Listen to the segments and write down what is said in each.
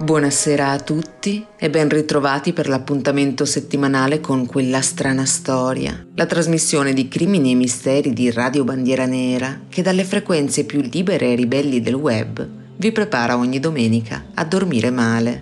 Buonasera a tutti e ben ritrovati per l'appuntamento settimanale con Quella strana storia, la trasmissione di crimini e misteri di Radio Bandiera Nera che dalle frequenze più libere e ribelli del web vi prepara ogni domenica a dormire male.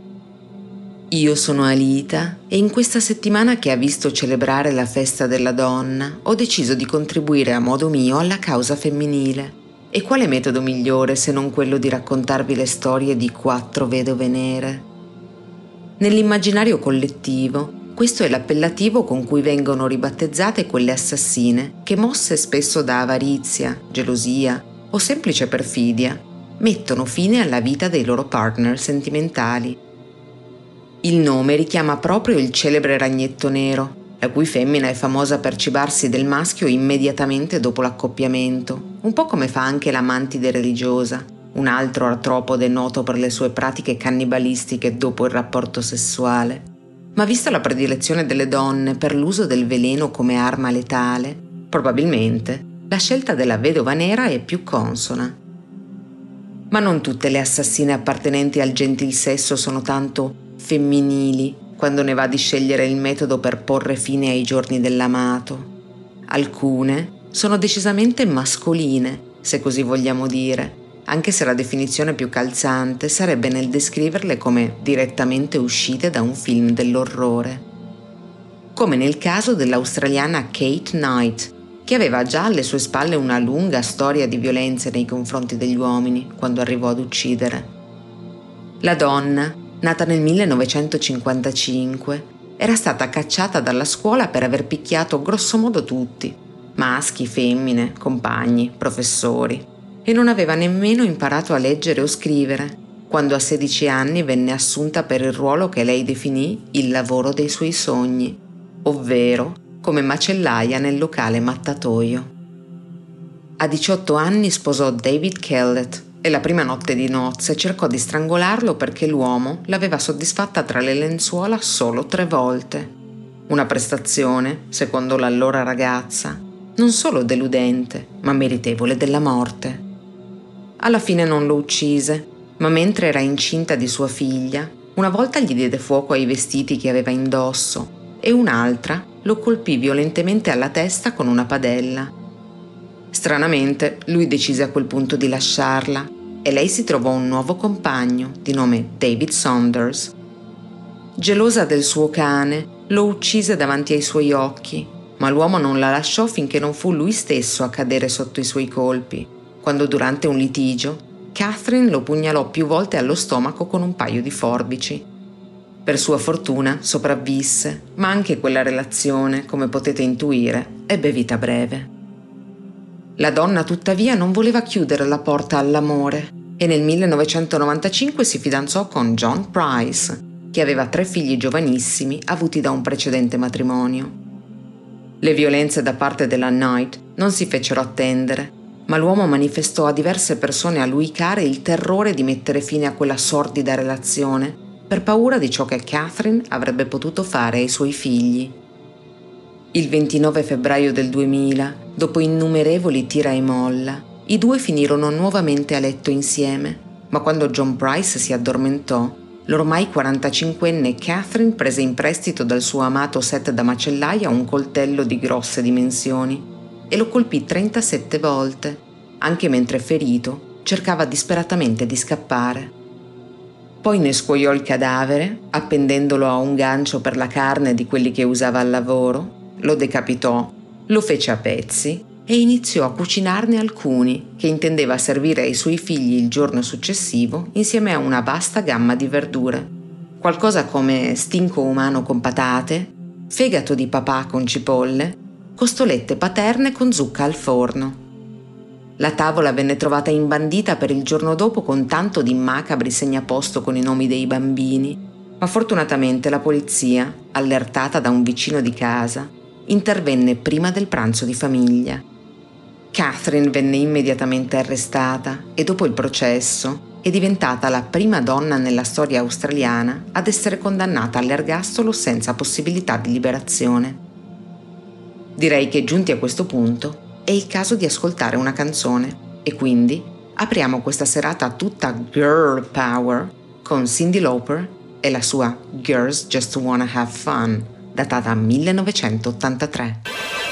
Io sono Alita e in questa settimana che ha visto celebrare la festa della donna ho deciso di contribuire a modo mio alla causa femminile. E quale metodo migliore se non quello di raccontarvi le storie di 4 vedove nere? Nell'immaginario collettivo, questo è l'appellativo con cui vengono ribattezzate quelle assassine che, mosse spesso da avarizia, gelosia o semplice perfidia, mettono fine alla vita dei loro partner sentimentali. Il nome richiama proprio il celebre ragnetto nero, la cui femmina è famosa per cibarsi del maschio immediatamente dopo l'accoppiamento, un po' come fa anche la mantide religiosa, un altro artropode noto per le sue pratiche cannibalistiche dopo il rapporto sessuale. Ma vista la predilezione delle donne per l'uso del veleno come arma letale, probabilmente la scelta della vedova nera è più consona. Ma non tutte le assassine appartenenti al gentil sesso sono tanto femminili quando ne va di scegliere il metodo per porre fine ai giorni dell'amato. Alcune sono decisamente mascoline, se così vogliamo dire, anche se la definizione più calzante sarebbe nel descriverle come direttamente uscite da un film dell'orrore. Come nel caso dell'australiana Kate Knight, che aveva già alle sue spalle una lunga storia di violenze nei confronti degli uomini quando arrivò ad uccidere. La donna, nata nel 1955, era stata cacciata dalla scuola per aver picchiato grossomodo tutti, maschi, femmine, compagni, professori, e non aveva nemmeno imparato a leggere o scrivere, quando a 16 anni venne assunta per il ruolo che lei definì il lavoro dei suoi sogni, ovvero come macellaia nel locale mattatoio. A 18 anni sposò David Kellett, e la prima notte di nozze cercò di strangolarlo perché l'uomo l'aveva soddisfatta tra le lenzuola solo 3 volte. Una prestazione, secondo l'allora ragazza, non solo deludente, ma meritevole della morte. Alla fine non lo uccise, ma mentre era incinta di sua figlia, una volta gli diede fuoco ai vestiti che aveva indosso e un'altra lo colpì violentemente alla testa con una padella. Stranamente, lui decise a quel punto di lasciarla e lei si trovò un nuovo compagno di nome David Saunders. Gelosa del suo cane, lo uccise davanti ai suoi occhi, ma l'uomo non la lasciò finché non fu lui stesso a cadere sotto i suoi colpi, quando durante un litigio Catherine lo pugnalò più volte allo stomaco con un paio di forbici. Per sua fortuna sopravvisse, ma anche quella relazione, come potete intuire, ebbe vita breve. La donna tuttavia non voleva chiudere la porta all'amore e nel 1995 si fidanzò con John Price, che aveva 3 figli giovanissimi avuti da un precedente matrimonio. Le violenze da parte della Knight non si fecero attendere, ma l'uomo manifestò a diverse persone a lui care il terrore di mettere fine a quella sordida relazione per paura di ciò che Catherine avrebbe potuto fare ai suoi figli. Il 29 febbraio del 2000, dopo innumerevoli tira e molla, i due finirono nuovamente a letto insieme, ma quando John Price si addormentò, l'ormai 45enne Catherine prese in prestito dal suo amato set da macellaia un coltello di grosse dimensioni e lo colpì 37 volte, anche mentre ferito cercava disperatamente di scappare. Poi ne scuoiò il cadavere, appendendolo a un gancio per la carne di quelli che usava al lavoro, lo decapitò, lo fece a pezzi e iniziò a cucinarne alcuni che intendeva servire ai suoi figli il giorno successivo insieme a una vasta gamma di verdure. Qualcosa come stinco umano con patate, fegato di papà con cipolle, costolette paterne con zucca al forno. La tavola venne trovata imbandita per il giorno dopo con tanto di macabri segnaposto con i nomi dei bambini, ma fortunatamente la polizia, allertata da un vicino di casa, intervenne prima del pranzo di famiglia. Catherine venne immediatamente arrestata e dopo il processo è diventata la prima donna nella storia australiana ad essere condannata all'ergastolo senza possibilità di liberazione. Direi che giunti a questo punto è il caso di ascoltare una canzone e quindi apriamo questa serata tutta girl power con Cyndi Lauper e la sua Girls Just Wanna Have Fun, datata 1983.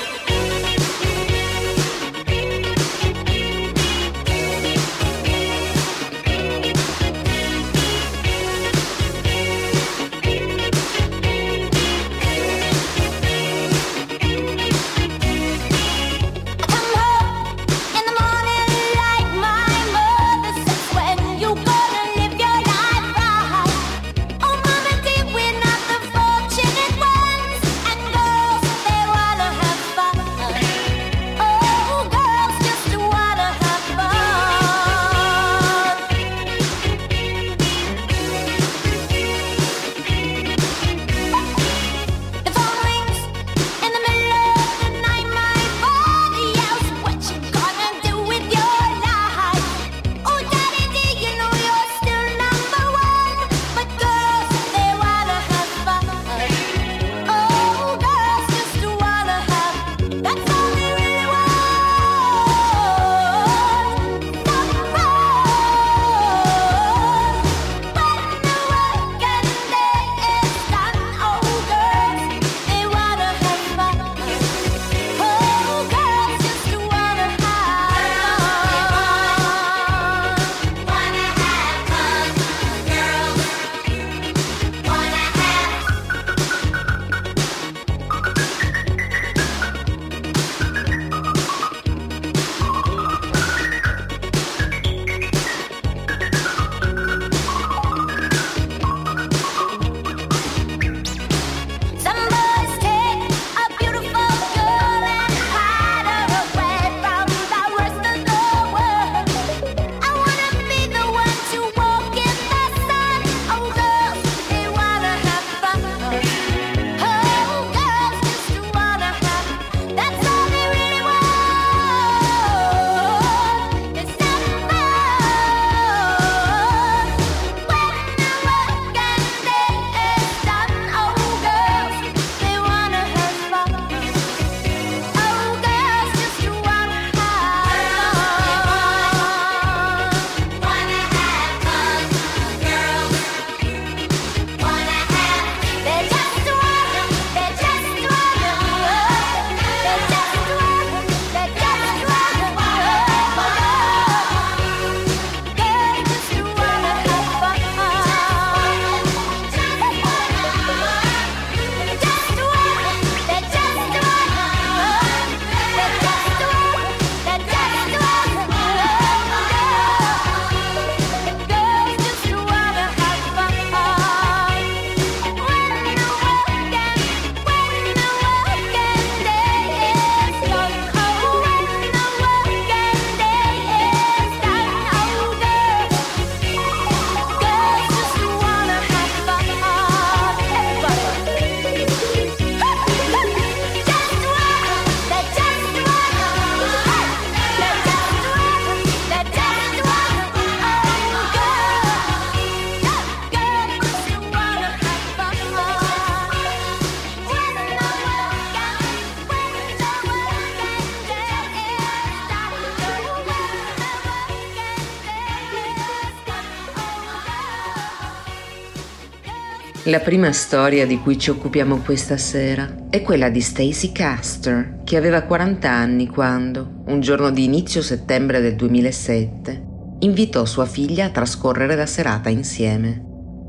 La prima storia di cui ci occupiamo questa sera è quella di Stacey Caster, che aveva 40 anni quando, un giorno di inizio settembre del 2007, invitò sua figlia a trascorrere la serata insieme.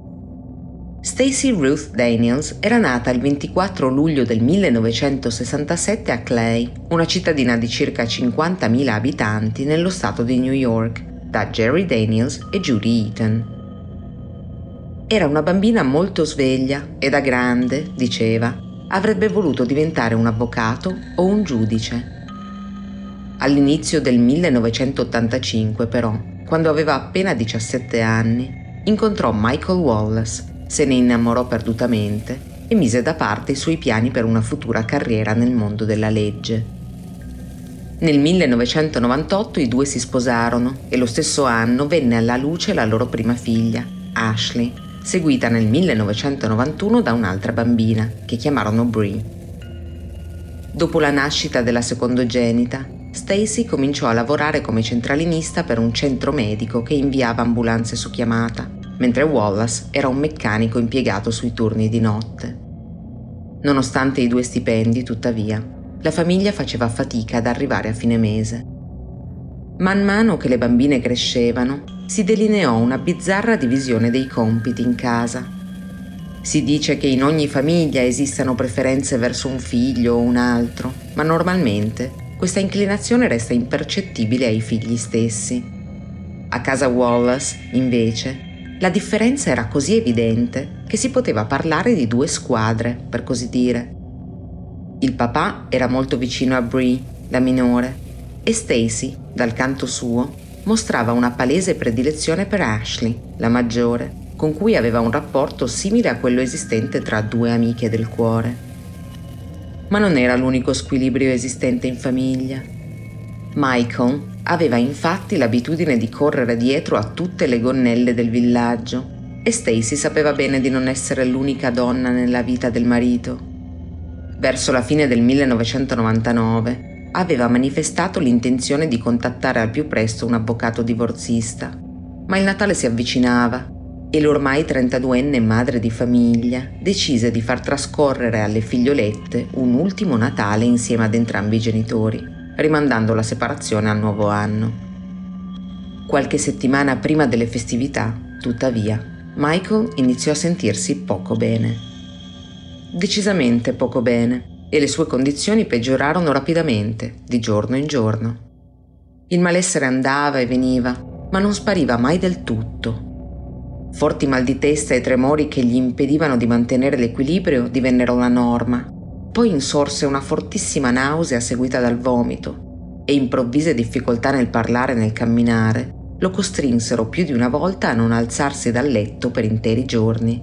Stacey Ruth Daniels era nata il 24 luglio del 1967 a Clay, una cittadina di circa 50.000 abitanti nello stato di New York, da Jerry Daniels e Judy Eaton. Era una bambina molto sveglia e da grande, diceva, avrebbe voluto diventare un avvocato o un giudice. All'inizio del 1985, però, quando aveva appena 17 anni, incontrò Michael Wallace, se ne innamorò perdutamente e mise da parte i suoi piani per una futura carriera nel mondo della legge. Nel 1998 i due si sposarono e lo stesso anno venne alla luce la loro prima figlia, Ashley, seguita nel 1991 da un'altra bambina, che chiamarono Bree. Dopo la nascita della secondogenita, Stacey cominciò a lavorare come centralinista per un centro medico che inviava ambulanze su chiamata mentre Wallace era un meccanico impiegato sui turni di notte. Nonostante i 2 stipendi, tuttavia, la famiglia faceva fatica ad arrivare a fine mese. Man mano che le bambine crescevano, si delineò una bizzarra divisione dei compiti in casa. Si dice che in ogni famiglia esistano preferenze verso un figlio o un altro, ma normalmente questa inclinazione resta impercettibile ai figli stessi. A casa Wallace, invece, la differenza era così evidente che si poteva parlare di 2 squadre, per così dire. Il papà era molto vicino a Bree, la minore, e Stacy, dal canto suo, mostrava una palese predilezione per Ashley, la maggiore, con cui aveva un rapporto simile a quello esistente tra 2 amiche del cuore. Ma non era l'unico squilibrio esistente in famiglia. Michael aveva infatti l'abitudine di correre dietro a tutte le gonnelle del villaggio e Stacy sapeva bene di non essere l'unica donna nella vita del marito. Verso la fine del 1999 aveva manifestato l'intenzione di contattare al più presto un avvocato divorzista, ma il Natale si avvicinava e l'ormai 32enne madre di famiglia decise di far trascorrere alle figliolette un ultimo Natale insieme ad entrambi i genitori, rimandando la separazione al nuovo anno. Qualche settimana prima delle festività, tuttavia, Michael iniziò a sentirsi poco bene. Decisamente poco bene, e le sue condizioni peggiorarono rapidamente, di giorno in giorno. Il malessere andava e veniva, ma non spariva mai del tutto. Forti mal di testa e tremori che gli impedivano di mantenere l'equilibrio divennero la norma. Poi insorse una fortissima nausea seguita dal vomito e improvvise difficoltà nel parlare e nel camminare lo costrinsero più di una volta a non alzarsi dal letto per interi giorni.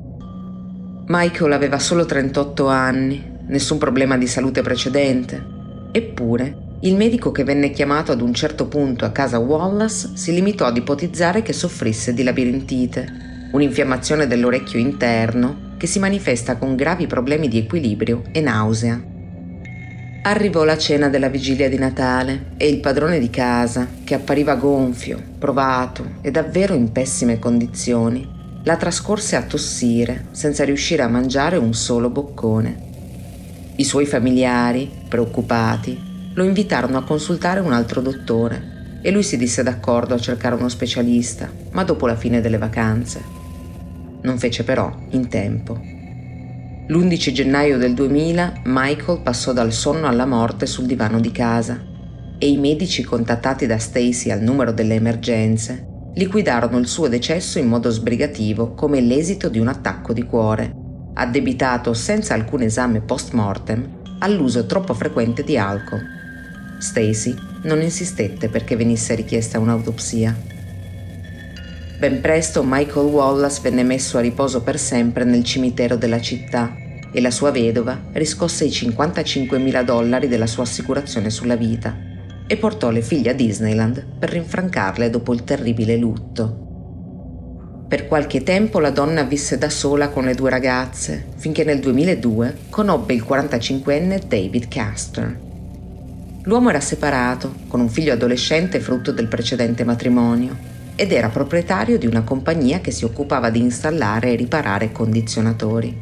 Michael aveva solo 38 anni, nessun problema di salute precedente. Eppure, il medico che venne chiamato ad un certo punto a casa Wallace si limitò ad ipotizzare che soffrisse di labirintite, un'infiammazione dell'orecchio interno che si manifesta con gravi problemi di equilibrio e nausea. Arrivò la cena della vigilia di Natale e il padrone di casa, che appariva gonfio, provato e davvero in pessime condizioni, la trascorse a tossire senza riuscire a mangiare un solo boccone. I suoi familiari, preoccupati, lo invitarono a consultare un altro dottore e lui si disse d'accordo a cercare uno specialista, ma dopo la fine delle vacanze. Non fece però in tempo. L'11 gennaio del 2000 Michael passò dal sonno alla morte sul divano di casa e i medici contattati da Stacy al numero delle emergenze liquidarono il suo decesso in modo sbrigativo come l'esito di un attacco di cuore, addebitato senza alcun esame post-mortem all'uso troppo frequente di alcol. Stacy non insistette perché venisse richiesta un'autopsia. Ben presto Michael Wallace venne messo a riposo per sempre nel cimitero della città e la sua vedova riscosse i $55.000 della sua assicurazione sulla vita e portò le figlie a Disneyland per rinfrancarle dopo il terribile lutto. Per qualche tempo la donna visse da sola con le 2 ragazze, finché nel 2002 conobbe il 45enne David Castor. L'uomo era separato, con un figlio adolescente frutto del precedente matrimonio, ed era proprietario di una compagnia che si occupava di installare e riparare condizionatori.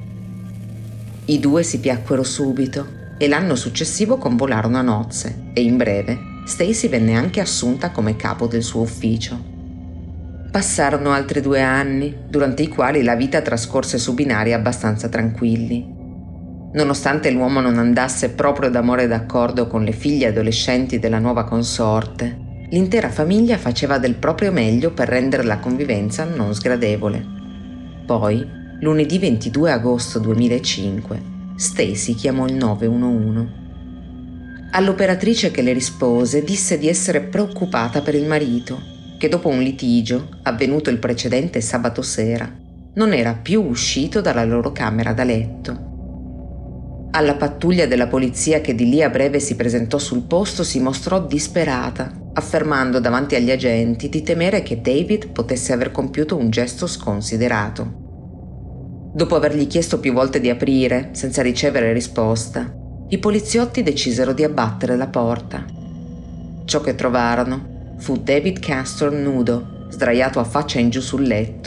I 2 si piacquero subito e l'anno successivo convolarono a nozze e in breve Stacy venne anche assunta come capo del suo ufficio. Passarono altri 2 anni, durante i quali la vita trascorse su binari abbastanza tranquilli. Nonostante l'uomo non andasse proprio d'amore d'accordo con le figlie adolescenti della nuova consorte, l'intera famiglia faceva del proprio meglio per rendere la convivenza non sgradevole. Poi, lunedì 22 agosto 2005, Stacy chiamò il 911. All'operatrice che le rispose disse di essere preoccupata per il marito, che dopo un litigio, avvenuto il precedente sabato sera, non era più uscito dalla loro camera da letto. Alla pattuglia della polizia che di lì a breve si presentò sul posto si mostrò disperata, affermando davanti agli agenti di temere che David potesse aver compiuto un gesto sconsiderato. Dopo avergli chiesto più volte di aprire, senza ricevere risposta, i poliziotti decisero di abbattere la porta. Ciò che trovarono fu David Castor nudo, sdraiato a faccia in giù sul letto,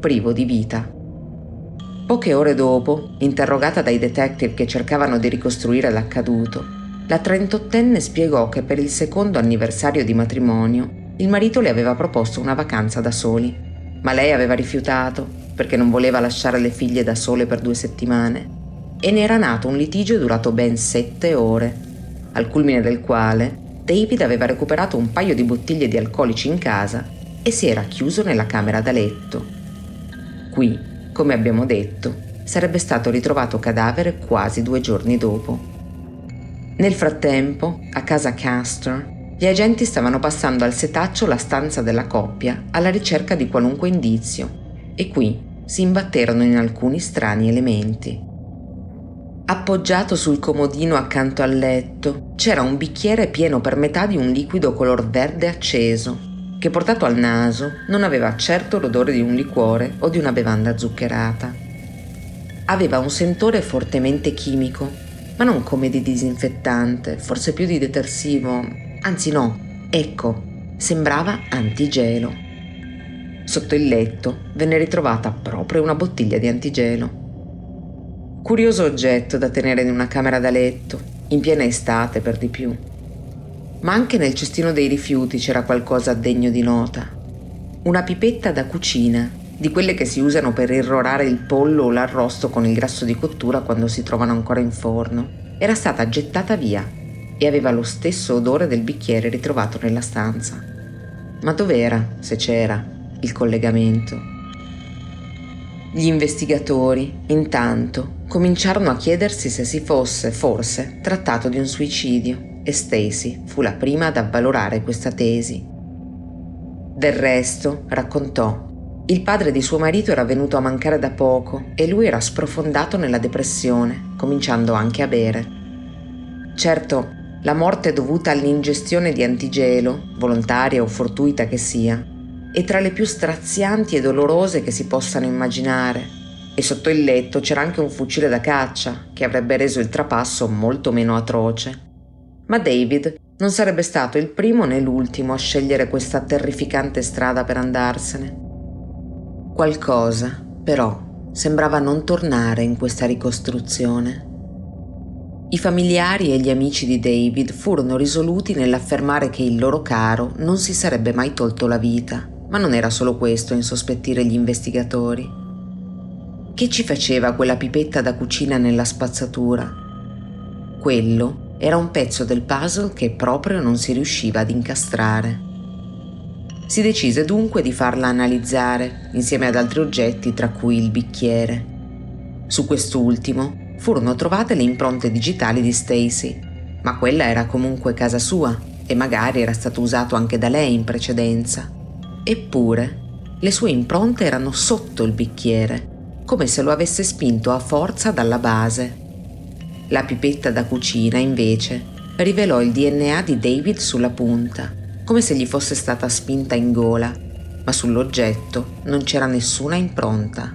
privo di vita. Poche ore dopo, interrogata dai detective che cercavano di ricostruire l'accaduto, la 38enne spiegò che per il secondo anniversario di matrimonio il marito le aveva proposto una vacanza da soli, ma lei aveva rifiutato perché non voleva lasciare le figlie da sole per 2 settimane e ne era nato un litigio durato ben 7 ore, al culmine del quale David aveva recuperato un paio di bottiglie di alcolici in casa e si era chiuso nella camera da letto. Qui, come abbiamo detto, sarebbe stato ritrovato cadavere quasi 2 giorni dopo. Nel frattempo, a casa Castor, gli agenti stavano passando al setaccio la stanza della coppia alla ricerca di qualunque indizio e qui si imbatterono in alcuni strani elementi. Appoggiato sul comodino accanto al letto c'era un bicchiere pieno per metà di un liquido color verde acceso che, portato al naso, non aveva certo l'odore di un liquore o di una bevanda zuccherata. Aveva un sentore fortemente chimico, ma non come di disinfettante, forse più di detersivo, anzi no, ecco, sembrava antigelo. Sotto il letto venne ritrovata proprio una bottiglia di antigelo. Curioso oggetto da tenere in una camera da letto, in piena estate per di più. Ma anche nel cestino dei rifiuti c'era qualcosa degno di nota. Una pipetta da cucina, di quelle che si usano per irrorare il pollo o l'arrosto con il grasso di cottura quando si trovano ancora in forno, era stata gettata via e aveva lo stesso odore del bicchiere ritrovato nella stanza. Ma dov'era, se c'era, il collegamento? Gli investigatori, intanto, cominciarono a chiedersi se si fosse, forse, trattato di un suicidio e Stacy fu la prima ad avvalorare questa tesi. Del resto, raccontò, il padre di suo marito era venuto a mancare da poco e lui era sprofondato nella depressione, cominciando anche a bere. Certo, la morte dovuta all'ingestione di antigelo, volontaria o fortuita che sia, è tra le più strazianti e dolorose che si possano immaginare, e sotto il letto c'era anche un fucile da caccia che avrebbe reso il trapasso molto meno atroce. Ma David non sarebbe stato il primo né l'ultimo a scegliere questa terrificante strada per andarsene. Qualcosa, però, sembrava non tornare in questa ricostruzione. I familiari e gli amici di David furono risoluti nell'affermare che il loro caro non si sarebbe mai tolto la vita, ma non era solo questo a insospettire gli investigatori. Che ci faceva quella pipetta da cucina nella spazzatura? Quello era un pezzo del puzzle che proprio non si riusciva ad incastrare. Si decise dunque di farla analizzare, insieme ad altri oggetti, tra cui il bicchiere. Su quest'ultimo furono trovate le impronte digitali di Stacy, ma quella era comunque casa sua e magari era stato usato anche da lei in precedenza. Eppure, le sue impronte erano sotto il bicchiere, come se lo avesse spinto a forza dalla base. La pipetta da cucina, invece, rivelò il DNA di David sulla punta, come se gli fosse stata spinta in gola, ma sull'oggetto non c'era nessuna impronta.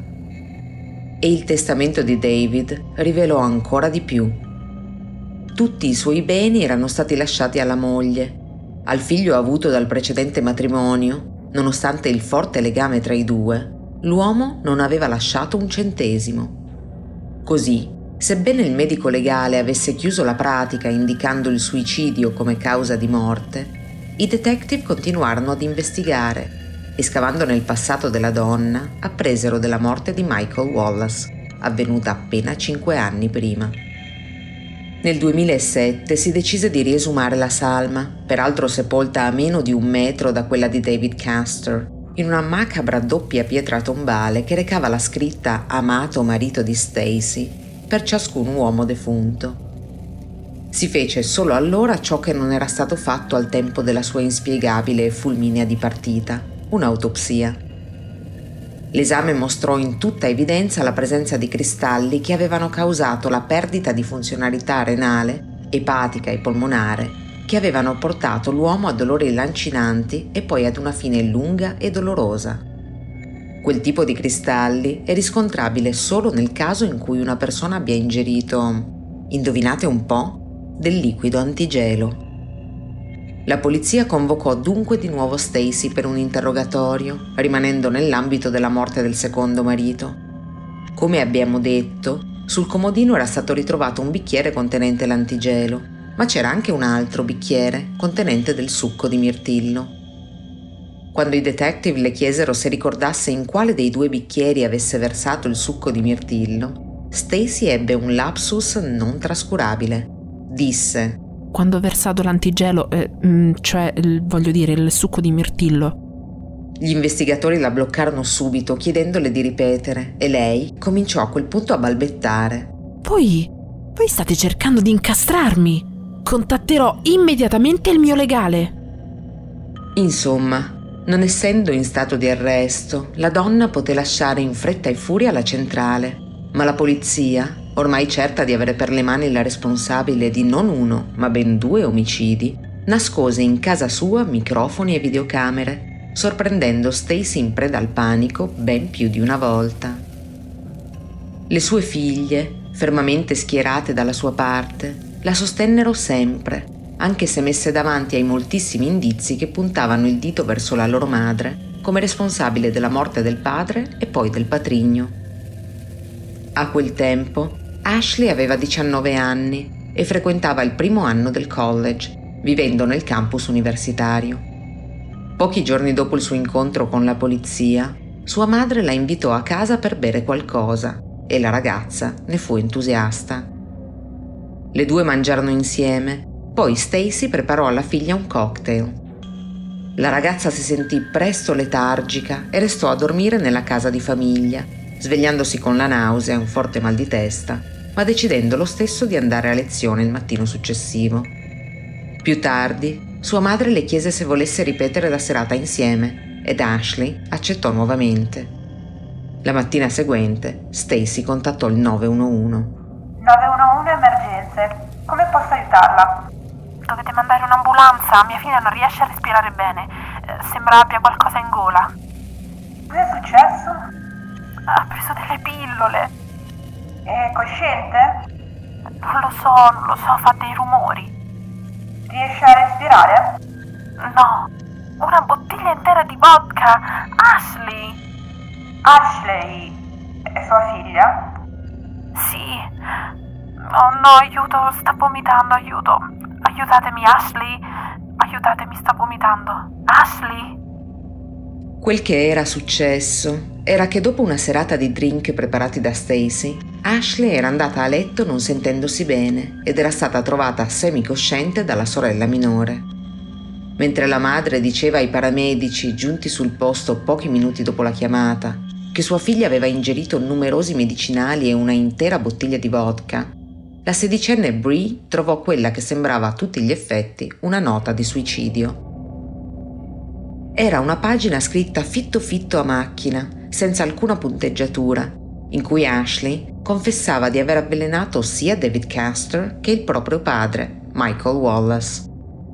E il testamento di David rivelò ancora di più. Tutti i suoi beni erano stati lasciati alla moglie. Al figlio avuto dal precedente matrimonio, nonostante il forte legame tra i due, l'uomo non aveva lasciato un centesimo. Così, sebbene il medico legale avesse chiuso la pratica indicando il suicidio come causa di morte, i detective continuarono ad investigare e, scavando nel passato della donna, appresero della morte di Michael Wallace, avvenuta appena 5 anni prima. Nel 2007 si decise di riesumare la salma, peraltro sepolta a meno di 1 metro da quella di David Castor, in una macabra doppia pietra tombale che recava la scritta "Amato marito di Stacy" per ciascun uomo defunto. Si fece solo allora ciò che non era stato fatto al tempo della sua inspiegabile e fulminea dipartita, un'autopsia. L'esame mostrò in tutta evidenza la presenza di cristalli che avevano causato la perdita di funzionalità renale, epatica e polmonare, che avevano portato l'uomo a dolori lancinanti e poi ad una fine lunga e dolorosa. Quel tipo di cristalli è riscontrabile solo nel caso in cui una persona abbia ingerito, indovinate un po', del liquido antigelo. La polizia convocò dunque di nuovo Stacy per un interrogatorio, rimanendo nell'ambito della morte del secondo marito. Come abbiamo detto, sul comodino era stato ritrovato un bicchiere contenente l'antigelo, ma c'era anche un altro bicchiere contenente del succo di mirtillo. Quando i detective le chiesero se ricordasse in quale dei due bicchieri avesse versato il succo di mirtillo, Stacy ebbe un lapsus non trascurabile. Disse: quando ho versato l'antigelo, voglio dire il succo di mirtillo. Gli investigatori la bloccarono subito, chiedendole di ripetere, e lei cominciò a quel punto a balbettare. Voi state cercando di incastrarmi. Contatterò immediatamente il mio legale. Insomma, non essendo in stato di arresto, la donna poté lasciare in fretta e furia la centrale, ma la polizia, ormai certa di avere per le mani la responsabile di non uno, ma ben 2 omicidi, nascose in casa sua microfoni e videocamere, sorprendendo Stacy in preda al panico ben più di una volta. Le sue figlie, fermamente schierate dalla sua parte, la sostennero sempre, anche se messe davanti ai moltissimi indizi che puntavano il dito verso la loro madre come responsabile della morte del padre e poi del patrigno. A quel tempo Ashley aveva 19 anni e frequentava il primo anno del college, vivendo nel campus universitario. Pochi giorni dopo il suo incontro con la polizia, sua madre la invitò a casa per bere qualcosa e la ragazza ne fu entusiasta. Le due mangiarono insieme, poi Stacy preparò alla figlia un cocktail. La ragazza si sentì presto letargica e restò a dormire nella casa di famiglia, svegliandosi con la nausea e un forte mal di testa, ma decidendo lo stesso di andare a lezione il mattino successivo. Più tardi, sua madre le chiese se volesse ripetere la serata insieme ed Ashley accettò nuovamente. La mattina seguente, Stacy contattò il 911. 911 emergenze. Come posso aiutarla? Dovete mandare un'ambulanza, mia figlia non riesce a respirare bene. Sembra abbia qualcosa in gola. Cosa è successo? Ha preso delle pillole. È cosciente? Non lo so, fa dei rumori. Riesce a respirare? No, una bottiglia intera di vodka. Ashley è sua figlia? Sì. Oh no, aiuto, sta vomitando, aiuto. Aiutatemi, Ashley. Aiutatemi, sta vomitando. Ashley? Quel che era successo era che dopo una serata di drink preparati da Stacy, Ashley era andata a letto non sentendosi bene ed era stata trovata semicosciente dalla sorella minore. Mentre la madre diceva ai paramedici giunti sul posto pochi minuti dopo la chiamata che sua figlia aveva ingerito numerosi medicinali e una intera bottiglia di vodka, la sedicenne Bree trovò quella che sembrava a tutti gli effetti una nota di suicidio. Era una pagina scritta fitto a macchina, senza alcuna punteggiatura, in cui Ashley confessava di aver avvelenato sia David Castor che il proprio padre, Michael Wallace.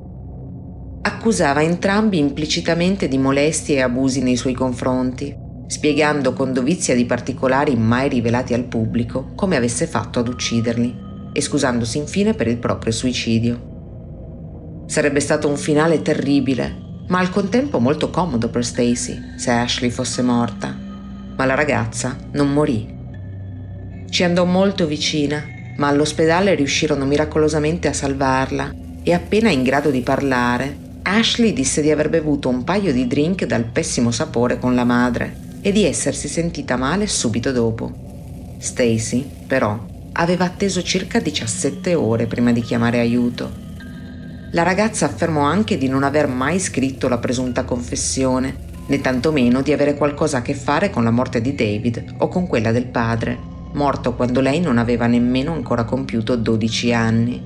Accusava entrambi implicitamente di molestie e abusi nei suoi confronti, spiegando con dovizia di particolari mai rivelati al pubblico come avesse fatto ad ucciderli, e scusandosi infine per il proprio suicidio. Sarebbe stato un finale terribile, ma al contempo molto comodo per Stacy se Ashley fosse morta, ma la ragazza non morì. Ci andò molto vicina, ma all'ospedale riuscirono miracolosamente a salvarla e appena in grado di parlare, Ashley disse di aver bevuto un paio di drink dal pessimo sapore con la madre e di essersi sentita male subito dopo. Stacy, però, aveva atteso circa 17 ore prima di chiamare aiuto. La ragazza affermò anche di non aver mai scritto la presunta confessione, né tantomeno di avere qualcosa a che fare con la morte di David o con quella del padre, morto quando lei non aveva nemmeno ancora compiuto 12 anni.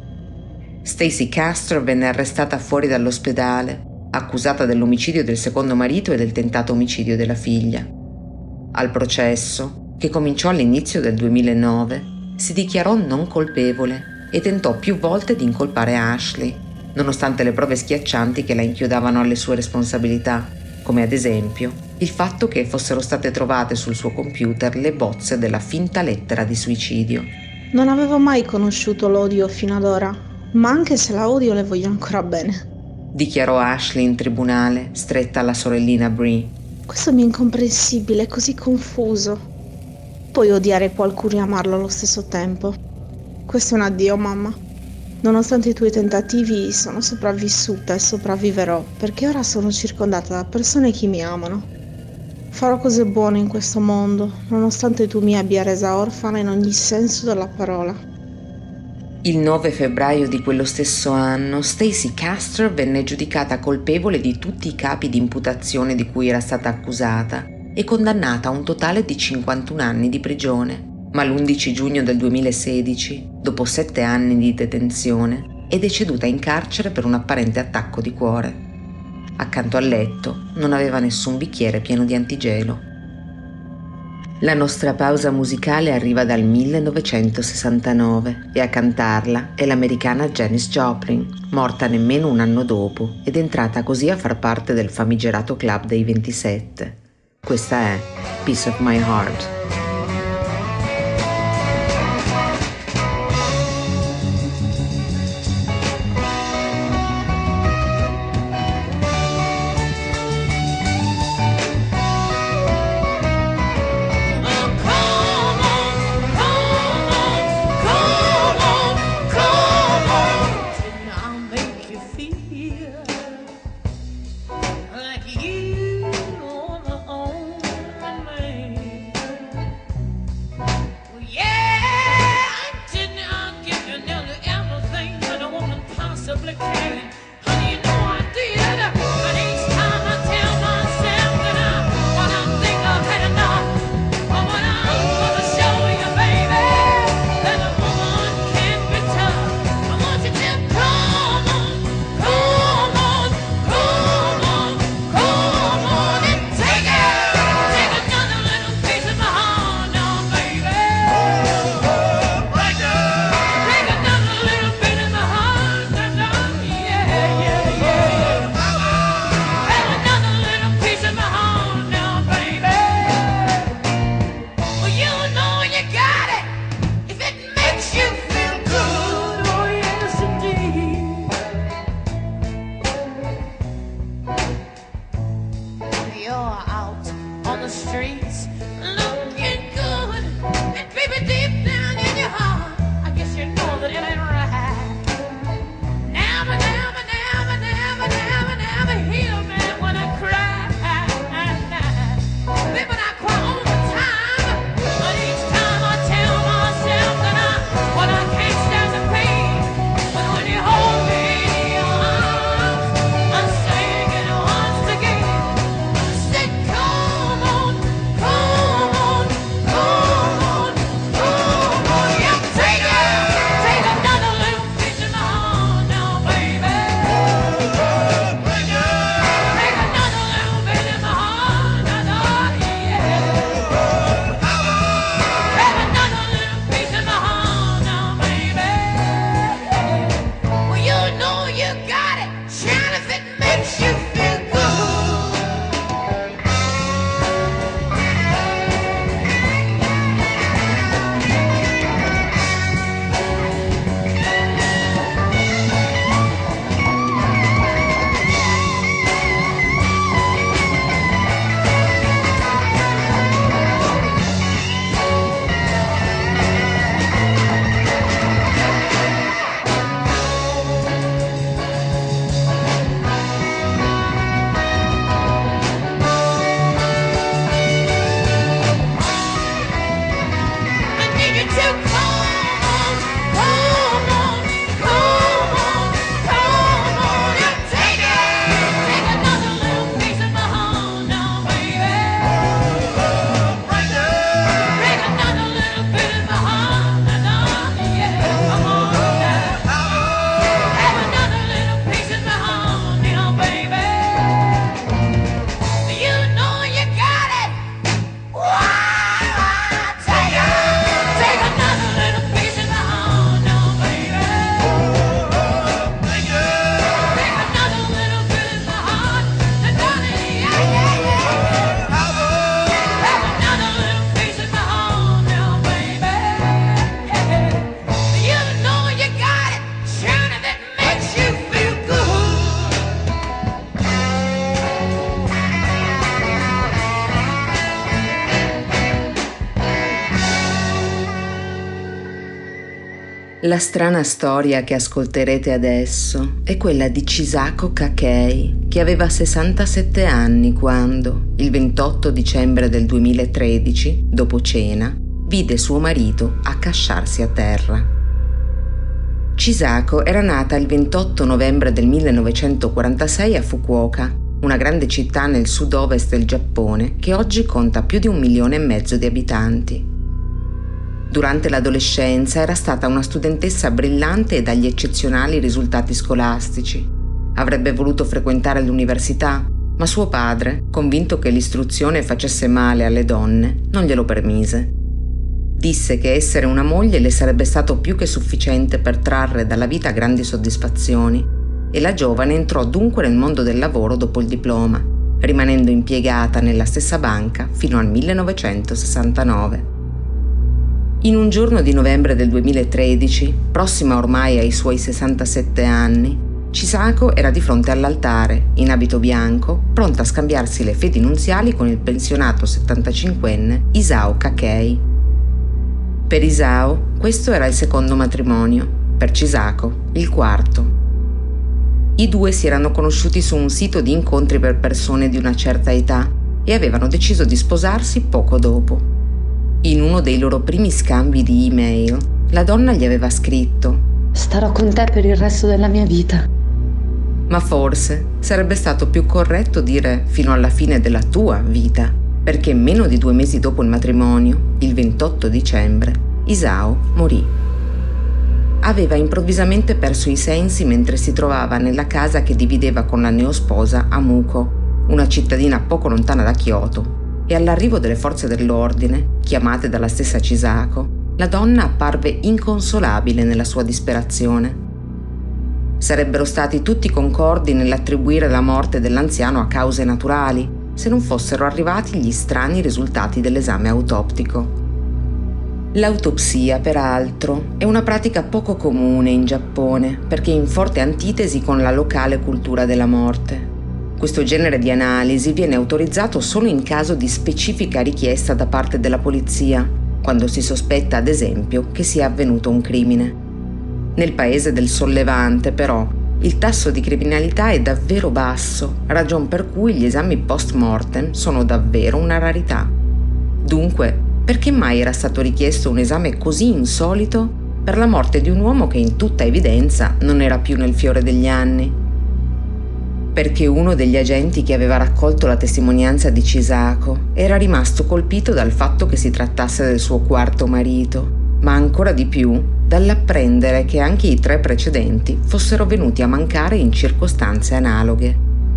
Stacy Castor venne arrestata fuori dall'ospedale, accusata dell'omicidio del secondo marito e del tentato omicidio della figlia. Al processo, che cominciò all'inizio del 2009, si dichiarò non colpevole e tentò più volte di incolpare Ashley, nonostante le prove schiaccianti che la inchiodavano alle sue responsabilità, come ad esempio il fatto che fossero state trovate sul suo computer le bozze della finta lettera di suicidio. Non avevo mai conosciuto l'odio fino ad ora, ma anche se la odio le voglio ancora bene. dichiarò Ashley in tribunale, stretta alla sorellina Bree. Questo mi è incomprensibile, è così confuso. Puoi odiare qualcuno e amarlo allo stesso tempo. Questo è un addio, mamma. Nonostante i tuoi tentativi, sono sopravvissuta e sopravviverò, perché ora sono circondata da persone che mi amano. Farò cose buone in questo mondo, nonostante tu mi abbia resa orfana in ogni senso della parola. Il 9 febbraio di quello stesso anno, Stacey Castor venne giudicata colpevole di tutti i capi di imputazione di cui era stata accusata e condannata a un totale di 51 anni di prigione. Ma l'11 giugno del 2016, dopo 7 anni di detenzione, è deceduta in carcere per un apparente attacco di cuore. Accanto al letto non aveva nessun bicchiere pieno di antigelo. La nostra pausa musicale arriva dal 1969 e a cantarla è l'americana Janis Joplin, morta nemmeno un anno dopo ed entrata così a far parte del famigerato club dei 27. Questa è Piece of My Heart. Yeah. La strana storia che ascolterete adesso è quella di Chisako Kakei, che aveva 67 anni quando, il 28 dicembre del 2013, dopo cena, vide suo marito accasciarsi a terra. Chisako era nata il 28 novembre del 1946 a Fukuoka, una grande città nel sud-ovest del Giappone che oggi conta più di 1,5 milioni di abitanti. Durante l'adolescenza era stata una studentessa brillante e dagli eccezionali risultati scolastici. Avrebbe voluto frequentare l'università, ma suo padre, convinto che l'istruzione facesse male alle donne, non glielo permise. Disse che essere una moglie le sarebbe stato più che sufficiente per trarre dalla vita grandi soddisfazioni, e la giovane entrò dunque nel mondo del lavoro dopo il diploma, rimanendo impiegata nella stessa banca fino al 1969. In un giorno di novembre del 2013, prossima ormai ai suoi 67 anni, Chisako era di fronte all'altare, in abito bianco, pronta a scambiarsi le fedi nuziali con il pensionato 75enne Isao Kakei. Per Isao, questo era il secondo matrimonio, per Chisako, il quarto. I due si erano conosciuti su un sito di incontri per persone di una certa età e avevano deciso di sposarsi poco dopo. In uno dei loro primi scambi di email, la donna gli aveva scritto: «Starò con te per il resto della mia vita». Ma forse sarebbe stato più corretto dire fino alla fine della tua vita, perché meno di 2 mesi dopo il matrimonio, il 28 dicembre, Isao morì. Aveva improvvisamente perso i sensi mentre si trovava nella casa che divideva con la neosposa a Muko, una cittadina poco lontana da Kyoto, e all'arrivo delle forze dell'ordine, chiamate dalla stessa Chisako, la donna apparve inconsolabile nella sua disperazione. Sarebbero stati tutti concordi nell'attribuire la morte dell'anziano a cause naturali, se non fossero arrivati gli strani risultati dell'esame autoptico. L'autopsia, peraltro, è una pratica poco comune in Giappone perché in forte antitesi con la locale cultura della morte. Questo genere di analisi viene autorizzato solo in caso di specifica richiesta da parte della polizia, quando si sospetta, ad esempio, che sia avvenuto un crimine. Nel paese del Sollevante, però, il tasso di criminalità è davvero basso, ragion per cui gli esami post-mortem sono davvero una rarità. Dunque, perché mai era stato richiesto un esame così insolito per la morte di un uomo che in tutta evidenza non era più nel fiore degli anni? Perché uno degli agenti che aveva raccolto la testimonianza di Chisako era rimasto colpito dal fatto che si trattasse del suo quarto marito, ma ancora di più dall'apprendere che anche i 3 precedenti fossero venuti a mancare in circostanze analoghe.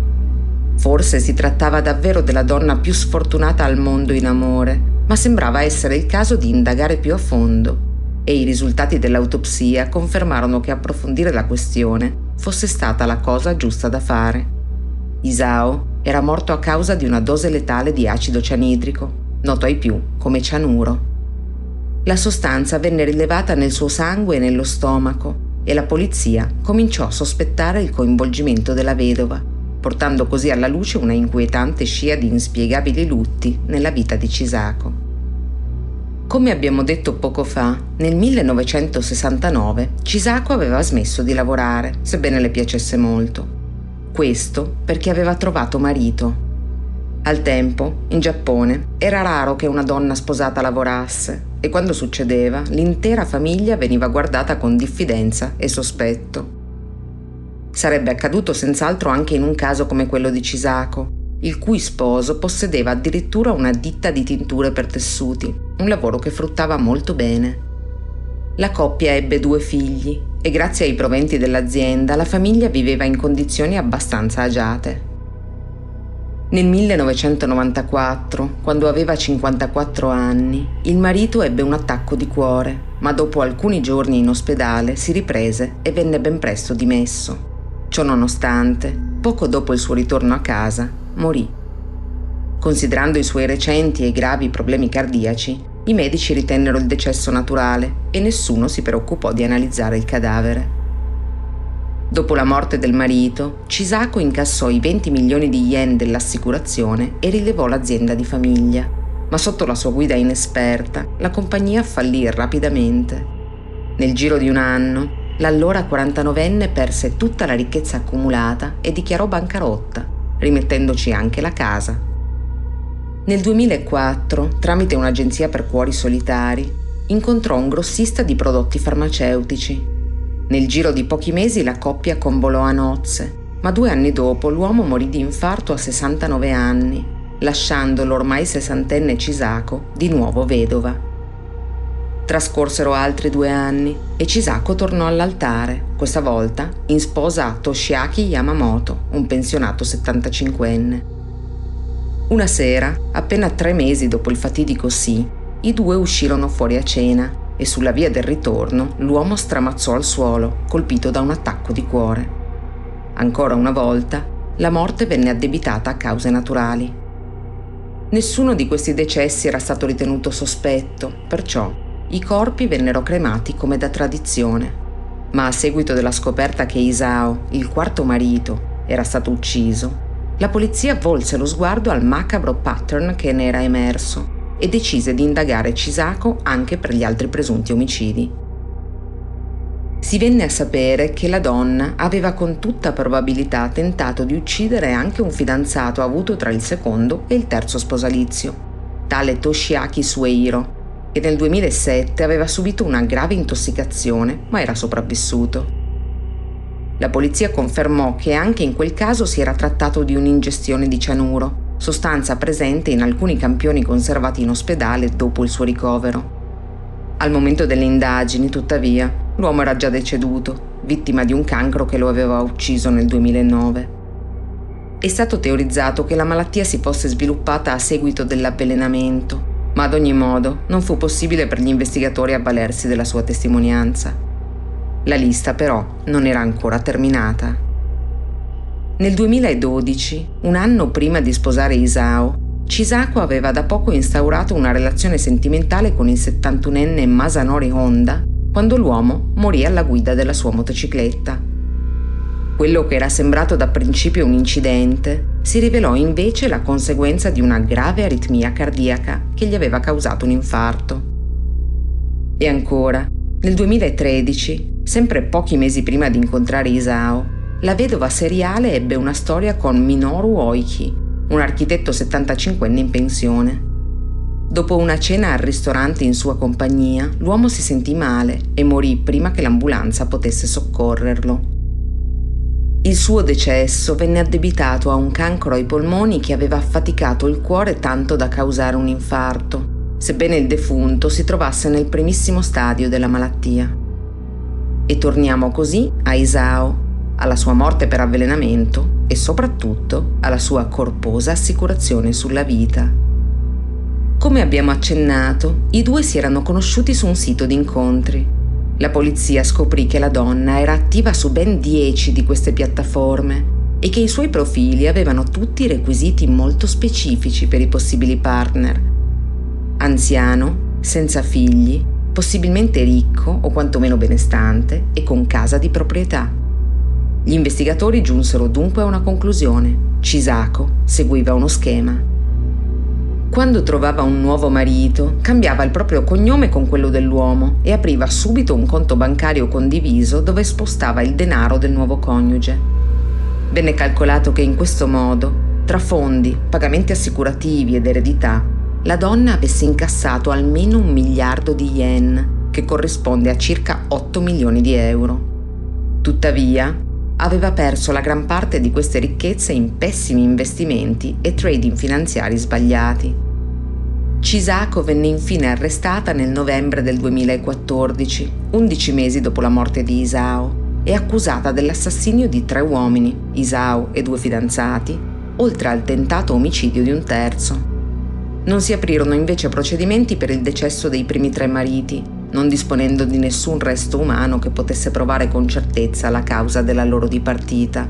Forse si trattava davvero della donna più sfortunata al mondo in amore, ma sembrava essere il caso di indagare più a fondo, e i risultati dell'autopsia confermarono che approfondire la questione fosse stata la cosa giusta da fare. Isao era morto a causa di una dose letale di acido cianidrico, noto ai più come cianuro. La sostanza venne rilevata nel suo sangue e nello stomaco e la polizia cominciò a sospettare il coinvolgimento della vedova, portando così alla luce una inquietante scia di inspiegabili lutti nella vita di Chisako. Come abbiamo detto poco fa, nel 1969 Chisako aveva smesso di lavorare, sebbene le piacesse molto. Questo perché aveva trovato marito. Al tempo, in Giappone, era raro che una donna sposata lavorasse e quando succedeva, l'intera famiglia veniva guardata con diffidenza e sospetto. Sarebbe accaduto senz'altro anche in un caso come quello di Chisako, il cui sposo possedeva addirittura una ditta di tinture per tessuti, un lavoro che fruttava molto bene. La coppia ebbe 2 figli e grazie ai proventi dell'azienda la famiglia viveva in condizioni abbastanza agiate. Nel 1994, quando aveva 54 anni, il marito ebbe un attacco di cuore, ma dopo alcuni giorni in ospedale si riprese e venne ben presto dimesso. Ciò nonostante, poco dopo il suo ritorno a casa, morì. Considerando i suoi recenti e gravi problemi cardiaci, i medici ritennero il decesso naturale e nessuno si preoccupò di analizzare il cadavere. Dopo la morte del marito, Chisako incassò i 20 milioni di yen dell'assicurazione e rilevò l'azienda di famiglia, ma sotto la sua guida inesperta la compagnia fallì rapidamente. Nel giro di un anno, l'allora 49enne perse tutta la ricchezza accumulata e dichiarò bancarotta, rimettendoci anche la casa. Nel 2004, tramite un'agenzia per cuori solitari, incontrò un grossista di prodotti farmaceutici. Nel giro di pochi mesi la coppia convolò a nozze, ma 2 anni dopo l'uomo morì di infarto a 69 anni, lasciando l'ormai 60enne Chisako di nuovo vedova. Trascorsero altri 2 anni e Chisako tornò all'altare, questa volta in sposa a Toshiaki Yamamoto, un pensionato 75enne. Una sera, appena 3 mesi dopo il fatidico sì, i due uscirono fuori a cena e sulla via del ritorno l'uomo stramazzò al suolo, colpito da un attacco di cuore. Ancora una volta, la morte venne addebitata a cause naturali. Nessuno di questi decessi era stato ritenuto sospetto, perciò i corpi vennero cremati come da tradizione, ma a seguito della scoperta che Isao, il quarto marito, era stato ucciso, la polizia volse lo sguardo al macabro pattern che ne era emerso e decise di indagare Chisako anche per gli altri presunti omicidi. Si venne a sapere che la donna aveva con tutta probabilità tentato di uccidere anche un fidanzato avuto tra il secondo e il terzo sposalizio, tale Toshiaki Sueiro, che nel 2007 aveva subito una grave intossicazione ma era sopravvissuto. La polizia confermò che anche in quel caso si era trattato di un'ingestione di cianuro, sostanza presente in alcuni campioni conservati in ospedale dopo il suo ricovero. Al momento delle indagini, tuttavia, l'uomo era già deceduto, vittima di un cancro che lo aveva ucciso nel 2009. È stato teorizzato che la malattia si fosse sviluppata a seguito dell'avvelenamento, ma ad ogni modo non fu possibile per gli investigatori avvalersi della sua testimonianza. La lista però non era ancora terminata. Nel 2012, un anno prima di sposare Isao, Chisako aveva da poco instaurato una relazione sentimentale con il 71enne Masanori Honda quando l'uomo morì alla guida della sua motocicletta. Quello che era sembrato da principio un incidente si rivelò invece la conseguenza di una grave aritmia cardiaca che gli aveva causato un infarto. E ancora, nel 2013, sempre pochi mesi prima di incontrare Isao, la vedova seriale ebbe una storia con Minoru Oiki, un architetto 75enne in pensione. Dopo una cena al ristorante in sua compagnia, l'uomo si sentì male e morì prima che l'ambulanza potesse soccorrerlo. Il suo decesso venne addebitato a un cancro ai polmoni che aveva affaticato il cuore tanto da causare un infarto, sebbene il defunto si trovasse nel primissimo stadio della malattia. E torniamo così a Isao, alla sua morte per avvelenamento e soprattutto alla sua corposa assicurazione sulla vita. Come abbiamo accennato, i due si erano conosciuti su un sito di incontri. La polizia scoprì che la donna era attiva su ben 10 di queste piattaforme e che i suoi profili avevano tutti requisiti molto specifici per i possibili partner. Anziano, senza figli, possibilmente ricco o quantomeno benestante e con casa di proprietà. Gli investigatori giunsero dunque a una conclusione: Chisako seguiva uno schema. Quando trovava un nuovo marito, cambiava il proprio cognome con quello dell'uomo e apriva subito un conto bancario condiviso dove spostava il denaro del nuovo coniuge. Venne calcolato che in questo modo, tra fondi, pagamenti assicurativi ed eredità, la donna avesse incassato almeno 1 miliardo di yen, che corrisponde a circa 8 milioni di euro. Tuttavia, aveva perso la gran parte di queste ricchezze in pessimi investimenti e trading finanziari sbagliati. Chisako venne infine arrestata nel novembre del 2014, 11 mesi dopo la morte di Isao, e accusata dell'assassinio di 3 uomini, Isao e 2 fidanzati, oltre al tentato omicidio di un terzo. Non si aprirono invece procedimenti per il decesso dei primi 3 mariti, non disponendo di nessun resto umano che potesse provare con certezza la causa della loro dipartita.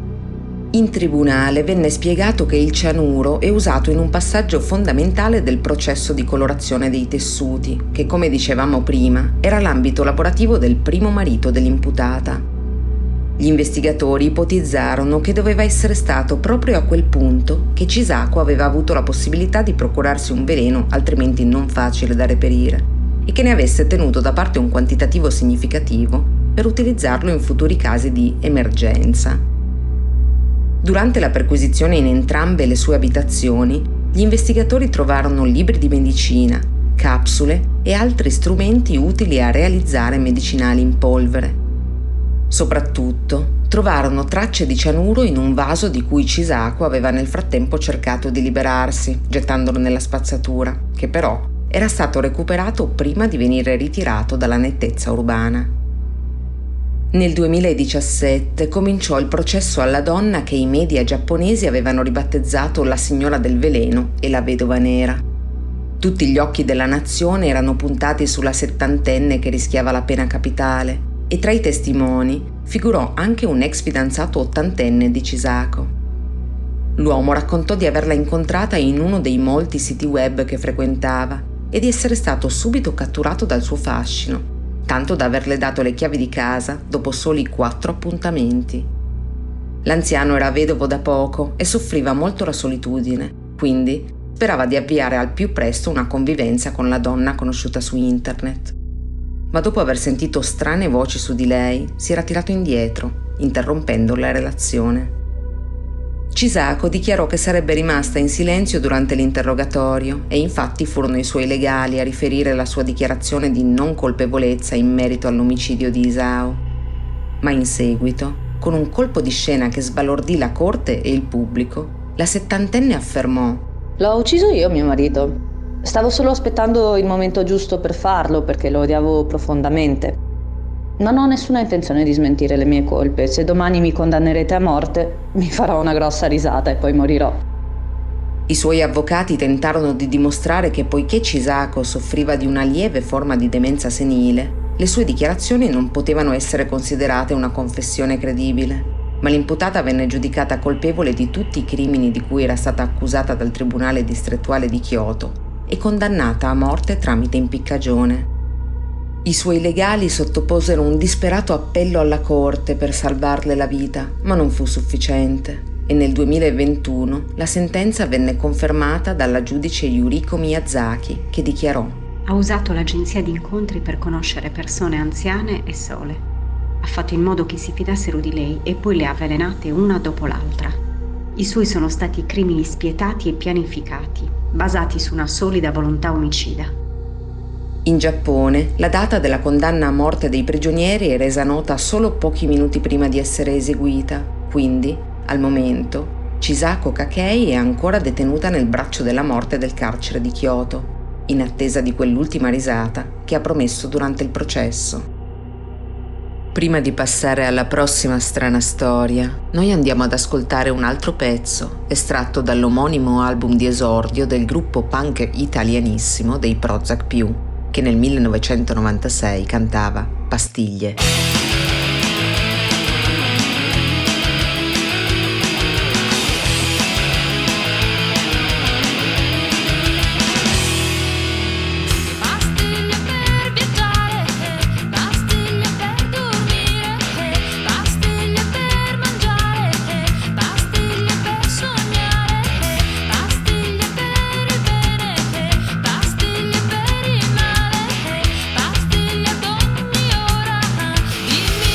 In tribunale venne spiegato che il cianuro è usato in un passaggio fondamentale del processo di colorazione dei tessuti, che, come dicevamo prima, era l'ambito lavorativo del primo marito dell'imputata. Gli investigatori ipotizzarono che doveva essere stato proprio a quel punto che Chisako aveva avuto la possibilità di procurarsi un veleno altrimenti non facile da reperire, e che ne avesse tenuto da parte un quantitativo significativo per utilizzarlo in futuri casi di emergenza. Durante la perquisizione in entrambe le sue abitazioni, gli investigatori trovarono libri di medicina, capsule e altri strumenti utili a realizzare medicinali in polvere. Soprattutto, trovarono tracce di cianuro in un vaso di cui Chisako aveva nel frattempo cercato di liberarsi, gettandolo nella spazzatura, che però era stato recuperato prima di venire ritirato dalla nettezza urbana. Nel 2017 cominciò il processo alla donna che i media giapponesi avevano ribattezzato la signora del veleno e la vedova nera. Tutti gli occhi della nazione erano puntati sulla 70enne che rischiava la pena capitale e tra i testimoni figurò anche un ex fidanzato 80enne di Chisako. L'uomo raccontò di averla incontrata in uno dei molti siti web che frequentava e di essere stato subito catturato dal suo fascino, tanto da averle dato le chiavi di casa dopo soli 4 appuntamenti. L'anziano era vedovo da poco e soffriva molto la solitudine, quindi sperava di avviare al più presto una convivenza con la donna conosciuta su internet. Ma dopo aver sentito strane voci su di lei, si era tirato indietro, interrompendo la relazione. Chisako dichiarò che sarebbe rimasta in silenzio durante l'interrogatorio e infatti furono i suoi legali a riferire la sua dichiarazione di non colpevolezza in merito all'omicidio di Isao. Ma in seguito, con un colpo di scena che sbalordì la corte e il pubblico, la 70enne affermò: «L'ho ucciso io, mio marito. Stavo solo aspettando il momento giusto per farlo perché lo odiavo profondamente. Non ho nessuna intenzione di smentire le mie colpe. Se domani mi condannerete a morte, mi farò una grossa risata e poi morirò». I suoi avvocati tentarono di dimostrare che poiché Chisako soffriva di una lieve forma di demenza senile, le sue dichiarazioni non potevano essere considerate una confessione credibile, ma l'imputata venne giudicata colpevole di tutti i crimini di cui era stata accusata dal Tribunale distrettuale di Kyoto e condannata a morte tramite impiccagione. I suoi legali sottoposero un disperato appello alla corte per salvarle la vita, ma non fu sufficiente e nel 2021 la sentenza venne confermata dalla giudice Yuriko Miyazaki, che dichiarò: «Ha usato l'agenzia di incontri per conoscere persone anziane e sole. Ha fatto in modo che si fidassero di lei e poi le ha avvelenate una dopo l'altra. I suoi sono stati crimini spietati e pianificati, basati su una solida volontà omicida». In Giappone, la data della condanna a morte dei prigionieri è resa nota solo pochi minuti prima di essere eseguita, quindi, al momento, Chisako Kakei è ancora detenuta nel braccio della morte del carcere di Kyoto, in attesa di quell'ultima risata che ha promesso durante il processo. Prima di passare alla prossima strana storia, noi andiamo ad ascoltare un altro pezzo, estratto dall'omonimo album di esordio del gruppo punk italianissimo dei Prozac Più, che nel 1996 cantava Pastiglie. Dimmi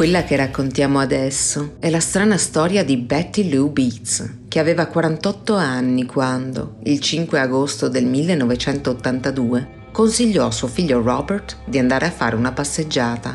Quella che raccontiamo adesso è la strana storia di Betty Lou Beets, che aveva 48 anni quando, il 5 agosto del 1982, consigliò a suo figlio Robert di andare a fare una passeggiata.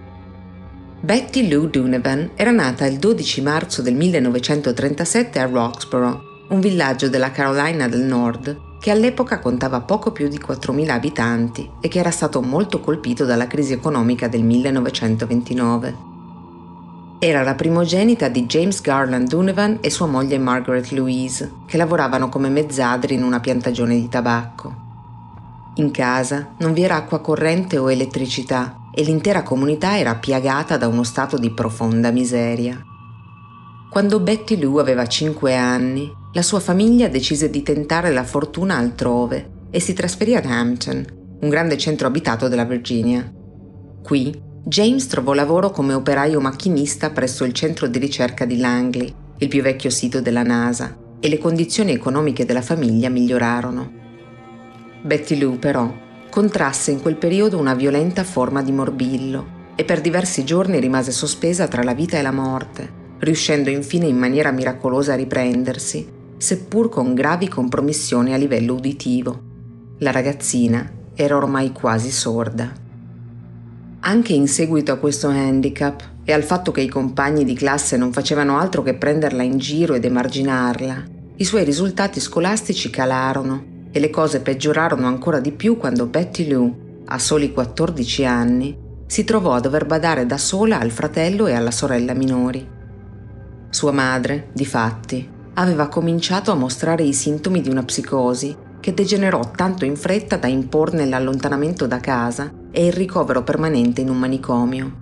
Betty Lou Donovan era nata il 12 marzo del 1937 a Roxborough, un villaggio della Carolina del Nord che all'epoca contava poco più di 4.000 abitanti e che era stato molto colpito dalla crisi economica del 1929. Era la primogenita di James Garland Donovan e sua moglie Margaret Louise, che lavoravano come mezzadri in una piantagione di tabacco. In casa non vi era acqua corrente o elettricità e l'intera comunità era piagata da uno stato di profonda miseria. Quando Betty Lou aveva 5 anni, la sua famiglia decise di tentare la fortuna altrove e si trasferì ad Hampton, un grande centro abitato della Virginia. Qui James trovò lavoro come operaio macchinista presso il centro di ricerca di Langley, il più vecchio sito della NASA, e le condizioni economiche della famiglia migliorarono. Betty Lou, però, contrasse in quel periodo una violenta forma di morbillo e per diversi giorni rimase sospesa tra la vita e la morte, riuscendo infine in maniera miracolosa a riprendersi, seppur con gravi compromissioni a livello uditivo. La ragazzina era ormai quasi sorda. Anche in seguito a questo handicap e al fatto che i compagni di classe non facevano altro che prenderla in giro ed emarginarla, i suoi risultati scolastici calarono e le cose peggiorarono ancora di più quando Betty Lou, a soli 14 anni, si trovò a dover badare da sola al fratello e alla sorella minori. Sua madre, difatti, aveva cominciato a mostrare i sintomi di una psicosi che degenerò tanto in fretta da imporne l'allontanamento da casa e il ricovero permanente in un manicomio.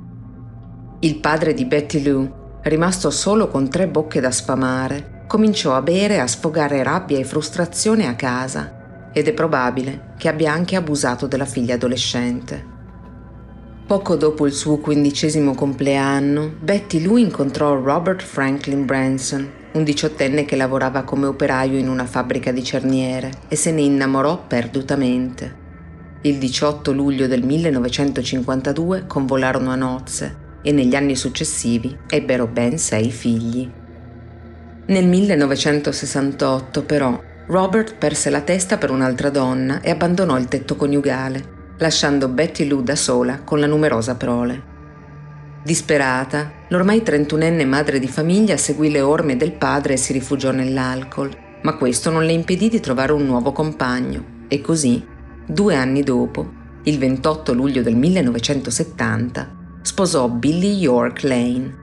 Il padre di Betty Lou, rimasto solo con 3 bocche da sfamare, cominciò a bere e a sfogare rabbia e frustrazione a casa ed è probabile che abbia anche abusato della figlia adolescente. Poco dopo il suo 15° compleanno, Betty Lou incontrò Robert Franklin Branson, un 18enne che lavorava come operaio in una fabbrica di cerniere, e se ne innamorò perdutamente. Il 18 luglio del 1952 convolarono a nozze e negli anni successivi ebbero ben 6 figli. Nel 1968, però, Robert perse la testa per un'altra donna e abbandonò il tetto coniugale, lasciando Betty Lou da sola con la numerosa prole. Disperata, l'ormai 31enne madre di famiglia seguì le orme del padre e si rifugiò nell'alcol, ma questo non le impedì di trovare un nuovo compagno e così, 2 anni dopo, il 28 luglio del 1970, sposò Billy York Lane.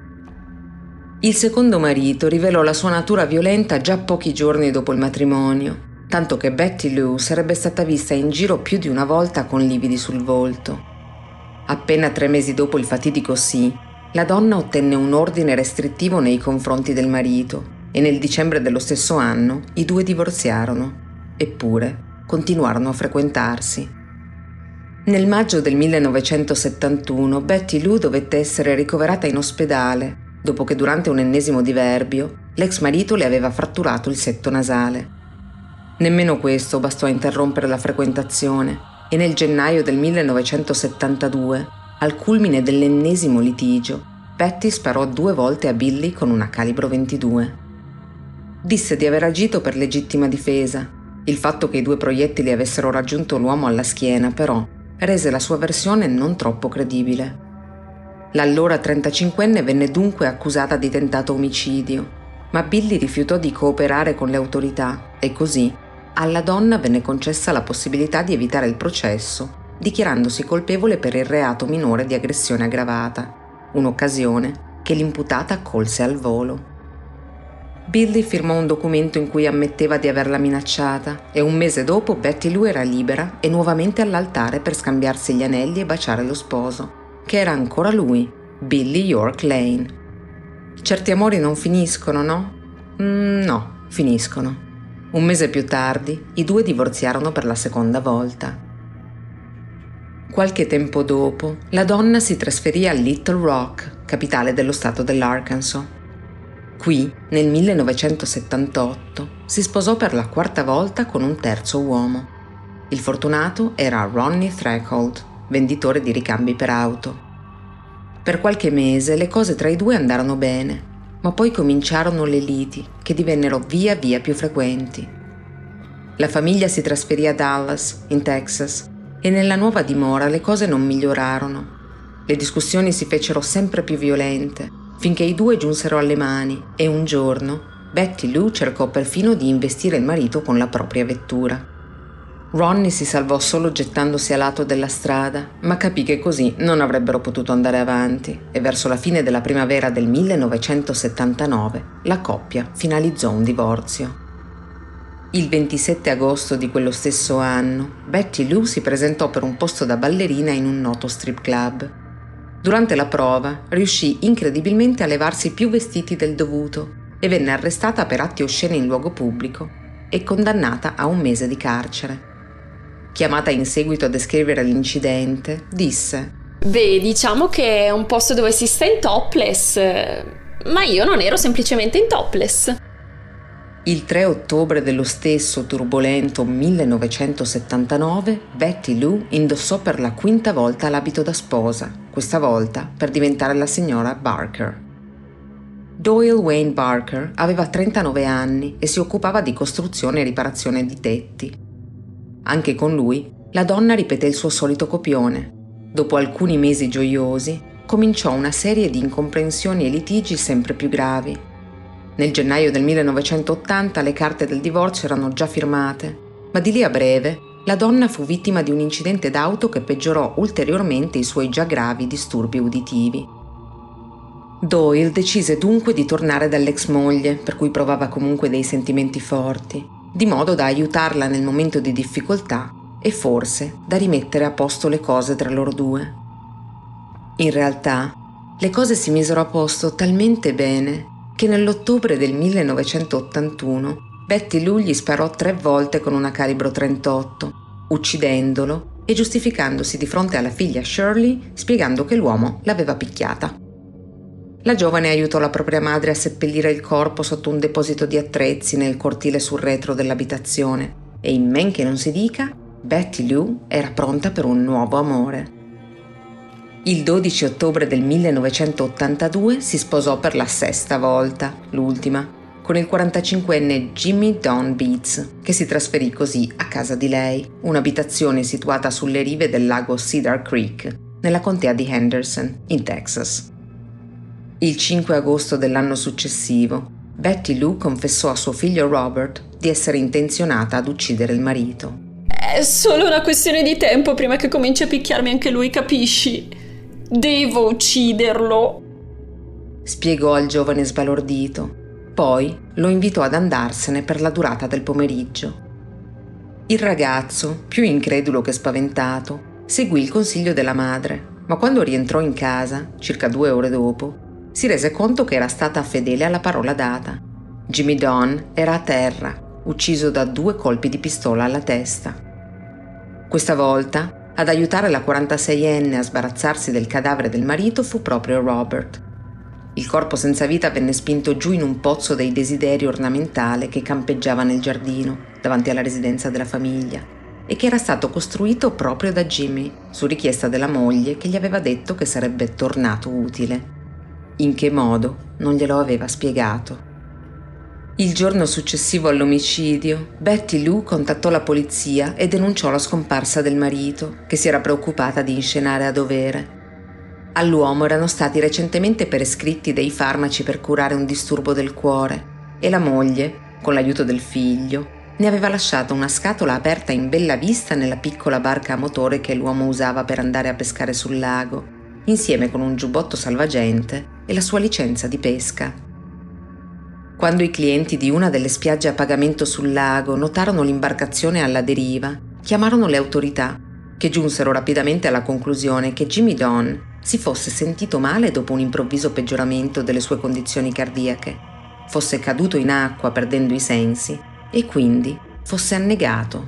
Il secondo marito rivelò la sua natura violenta già pochi giorni dopo il matrimonio, tanto che Betty Lou sarebbe stata vista in giro più di una volta con lividi sul volto. Appena 3 mesi dopo il fatidico sì, la donna ottenne un ordine restrittivo nei confronti del marito e nel dicembre dello stesso anno i 2 divorziarono, eppure continuarono a frequentarsi. Nel maggio del 1971 Betty Lou dovette essere ricoverata in ospedale dopo che durante un ennesimo diverbio l'ex marito le aveva fratturato il setto nasale. Nemmeno questo bastò a interrompere la frequentazione e nel gennaio del 1972, al culmine dell'ennesimo litigio, Betty sparò 2 volte a Billy con una calibro 22. Disse di aver agito per legittima difesa. Il fatto che i 2 proiettili avessero raggiunto l'uomo alla schiena, però, rese la sua versione non troppo credibile. L'allora 35enne venne dunque accusata di tentato omicidio, ma Billy rifiutò di cooperare con le autorità e così alla donna venne concessa la possibilità di evitare il processo, dichiarandosi colpevole per il reato minore di aggressione aggravata, un'occasione che l'imputata colse al volo. Billy firmò un documento in cui ammetteva di averla minacciata e un mese dopo Betty Lou era libera e nuovamente all'altare per scambiarsi gli anelli e baciare lo sposo, che era ancora lui, Billy York Lane. Certi amori non finiscono, no? No, finiscono. Un mese più tardi, i 2 divorziarono per la seconda volta. Qualche tempo dopo, la donna si trasferì a Little Rock, capitale dello stato dell'Arkansas. Qui, nel 1978, si sposò per la 4ª volta con un terzo uomo. Il fortunato era Ronnie Threakold, venditore di ricambi per auto. Per qualche mese le cose tra i due andarono bene, ma poi cominciarono le liti che divennero via via più frequenti. La famiglia si trasferì a Dallas, in Texas, e nella nuova dimora le cose non migliorarono. Le discussioni si fecero sempre più violente, finché i due giunsero alle mani e un giorno Betty Lou cercò perfino di investire il marito con la propria vettura. Ronnie si salvò solo gettandosi a lato della strada, ma capì che così non avrebbero potuto andare avanti e verso la fine della primavera del 1979 la coppia finalizzò un divorzio. Il 27 agosto di quello stesso anno, Betty Lou si presentò per un posto da ballerina in un noto strip club. Durante la prova riuscì incredibilmente a levarsi più vestiti del dovuto e venne arrestata per atti osceni in luogo pubblico e condannata a 1 mese di carcere. Chiamata in seguito a descrivere l'incidente, disse: Beh, diciamo che è un posto dove si sta in topless, ma io non ero semplicemente in topless. Il 3 ottobre dello stesso turbolento 1979, Betty Lou indossò per la 5ª volta l'abito da sposa, questa volta per diventare la signora Barker. Doyle Wayne Barker aveva 39 anni e si occupava di costruzione e riparazione di tetti. Anche con lui, la donna ripeté il suo solito copione. Dopo alcuni mesi gioiosi, cominciò una serie di incomprensioni e litigi sempre più gravi. Nel gennaio del 1980 le carte del divorzio erano già firmate, ma di lì a breve la donna fu vittima di un incidente d'auto che peggiorò ulteriormente i suoi già gravi disturbi uditivi. Doyle decise dunque di tornare dall'ex moglie, per cui provava comunque dei sentimenti forti, di modo da aiutarla nel momento di difficoltà e forse da rimettere a posto le cose tra loro due. In realtà, le cose si misero a posto talmente bene che nell'ottobre del 1981 Betty Lou gli sparò 3 volte con una calibro 38, uccidendolo e giustificandosi di fronte alla figlia Shirley, spiegando che l'uomo l'aveva picchiata. La giovane aiutò la propria madre a seppellire il corpo sotto un deposito di attrezzi nel cortile sul retro dell'abitazione e in men che non si dica, Betty Lou era pronta per un nuovo amore. Il 12 ottobre del 1982 si sposò per la 6ª volta, l'ultima, con il 45enne Jimmy Don Beats, che si trasferì così a casa di lei, un'abitazione situata sulle rive del lago Cedar Creek, nella contea di Henderson, in Texas. Il 5 agosto dell'anno successivo, Betty Lou confessò a suo figlio Robert di essere intenzionata ad uccidere il marito. È solo una questione di tempo prima che cominci a picchiarmi anche lui, capisci? Devo ucciderlo, spiegò al giovane sbalordito. Poi lo invitò ad andarsene per la durata del pomeriggio. Il ragazzo, più incredulo che spaventato, seguì il consiglio della madre, ma quando rientrò in casa, circa 2 ore dopo, si rese conto che era stata fedele alla parola data. Jimmy Don era a terra, ucciso da 2 colpi di pistola alla testa. Questa volta, ad aiutare la 46enne a sbarazzarsi del cadavere del marito fu proprio Robert. Il corpo senza vita venne spinto giù in un pozzo dei desideri ornamentale che campeggiava nel giardino, davanti alla residenza della famiglia, e che era stato costruito proprio da Jimmy, su richiesta della moglie che gli aveva detto che sarebbe tornato utile. In che modo non glielo aveva spiegato. Il giorno successivo all'omicidio, Betty Lou contattò la polizia e denunciò la scomparsa del marito, che si era preoccupata di inscenare a dovere. All'uomo erano stati recentemente prescritti dei farmaci per curare un disturbo del cuore e la moglie, con l'aiuto del figlio, ne aveva lasciato una scatola aperta in bella vista nella piccola barca a motore che l'uomo usava per andare a pescare sul lago, insieme con un giubbotto salvagente e la sua licenza di pesca. Quando i clienti di una delle spiagge a pagamento sul lago notarono l'imbarcazione alla deriva, chiamarono le autorità, che giunsero rapidamente alla conclusione che Jimmy Don si fosse sentito male dopo un improvviso peggioramento delle sue condizioni cardiache, fosse caduto in acqua perdendo i sensi e quindi fosse annegato.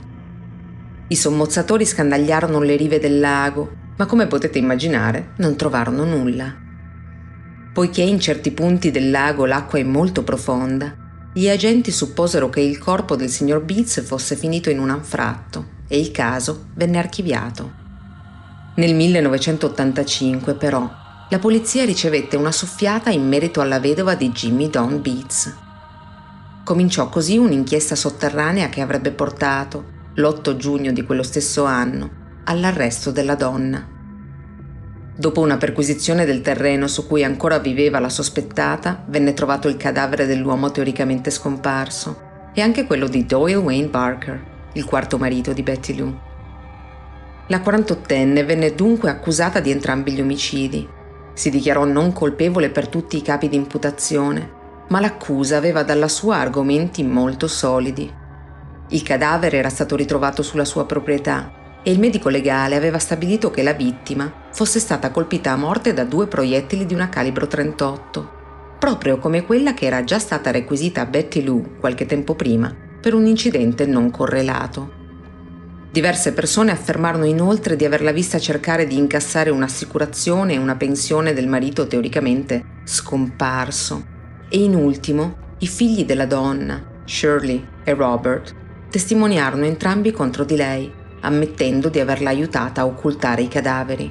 I sommozzatori scandagliarono le rive del lago, ma come potete immaginare non trovarono nulla. Poiché in certi punti del lago l'acqua è molto profonda, gli agenti supposero che il corpo del signor Beats fosse finito in un anfratto e il caso venne archiviato. Nel 1985, però, la polizia ricevette una soffiata in merito alla vedova di Jimmy Dawn Beats. Cominciò così un'inchiesta sotterranea che avrebbe portato, l'8 giugno di quello stesso anno, all'arresto della donna. Dopo una perquisizione del terreno su cui ancora viveva la sospettata, venne trovato il cadavere dell'uomo teoricamente scomparso e anche quello di Doyle Wayne Barker, il quarto marito di Betty Lou. La 48enne venne dunque accusata di entrambi gli omicidi. Si dichiarò non colpevole per tutti i capi di imputazione, ma l'accusa aveva dalla sua argomenti molto solidi. Il cadavere era stato ritrovato sulla sua proprietà e il medico legale aveva stabilito che la vittima fosse stata colpita a morte da 2 proiettili di una calibro 38, proprio come quella che era già stata requisita a Betty Lou qualche tempo prima per un incidente non correlato. Diverse persone affermarono inoltre di averla vista cercare di incassare un'assicurazione e una pensione del marito teoricamente scomparso. E in ultimo, i figli della donna, Shirley e Robert, testimoniarono entrambi contro di lei, ammettendo di averla aiutata a occultare i cadaveri.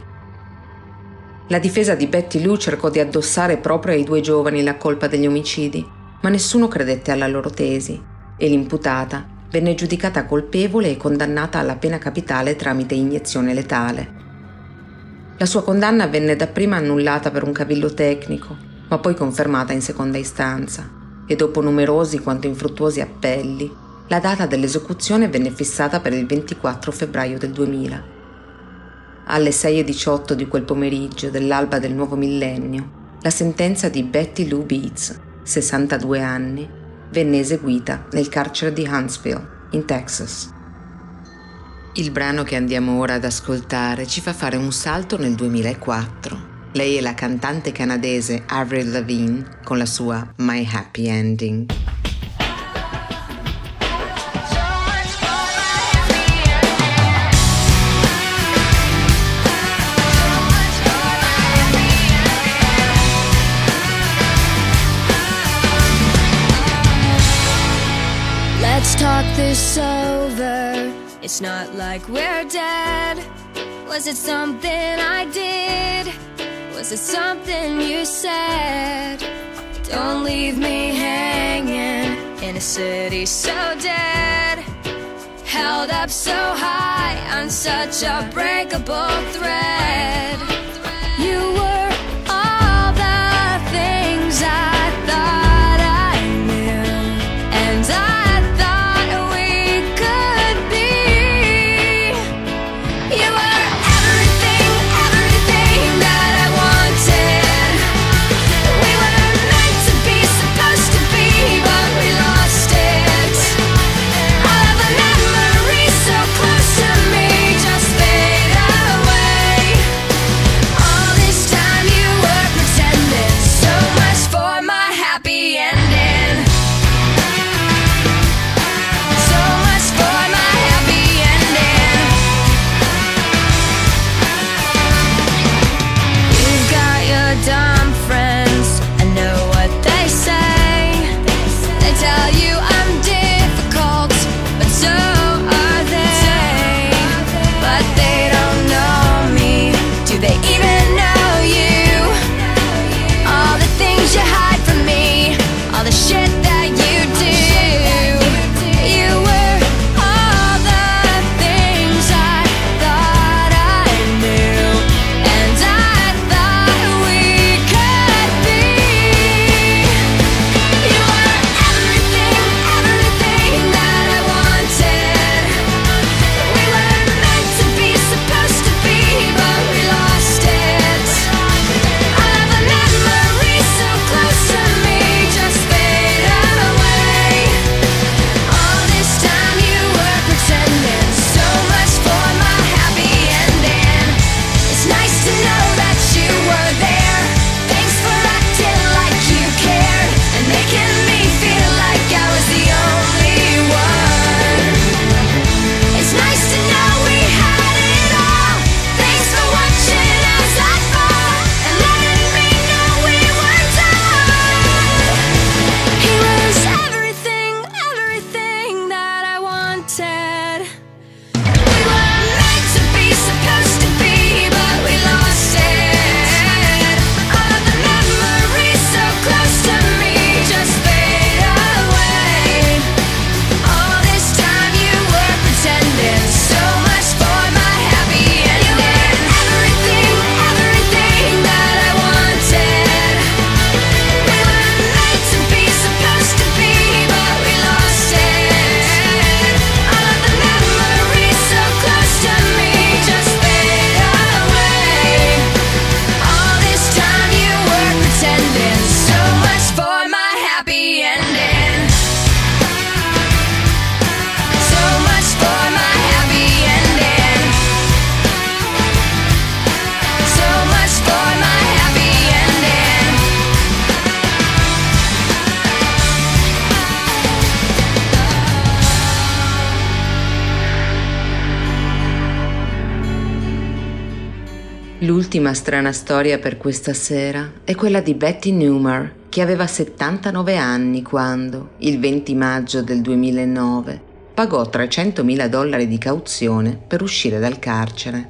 La difesa di Betty Lou cercò di addossare proprio ai 2 giovani la colpa degli omicidi, ma nessuno credette alla loro tesi e l'imputata venne giudicata colpevole e condannata alla pena capitale tramite iniezione letale. La sua condanna venne dapprima annullata per un cavillo tecnico, ma poi confermata in seconda istanza, e dopo numerosi quanto infruttuosi appelli, la data dell'esecuzione venne fissata per il 24 febbraio del 2000. Alle 6:18 di quel pomeriggio dell'alba del nuovo millennio, la sentenza di Betty Lou Beats, 62 anni, venne eseguita nel carcere di Huntsville, in Texas. Il brano che andiamo ora ad ascoltare ci fa fare un salto nel 2004. Lei è la cantante canadese Avril Lavigne con la sua My Happy Ending. Let's talk this over. It's not like we're dead. Was it something I did? Was it something you said? Don't leave me hanging in a city so dead, held up so high on such a breakable thread. You were all the things I thought I knew, and I thought we could be. You were everything, everything that I wanted. We were meant to be, supposed to be, but we lost it. All of the memories so close to me just fade away. L'ultima strana storia per questa sera è quella di Betty Newmar, che aveva 79 anni quando, il 20 maggio del 2009, pagò $300.000 di cauzione per uscire dal carcere.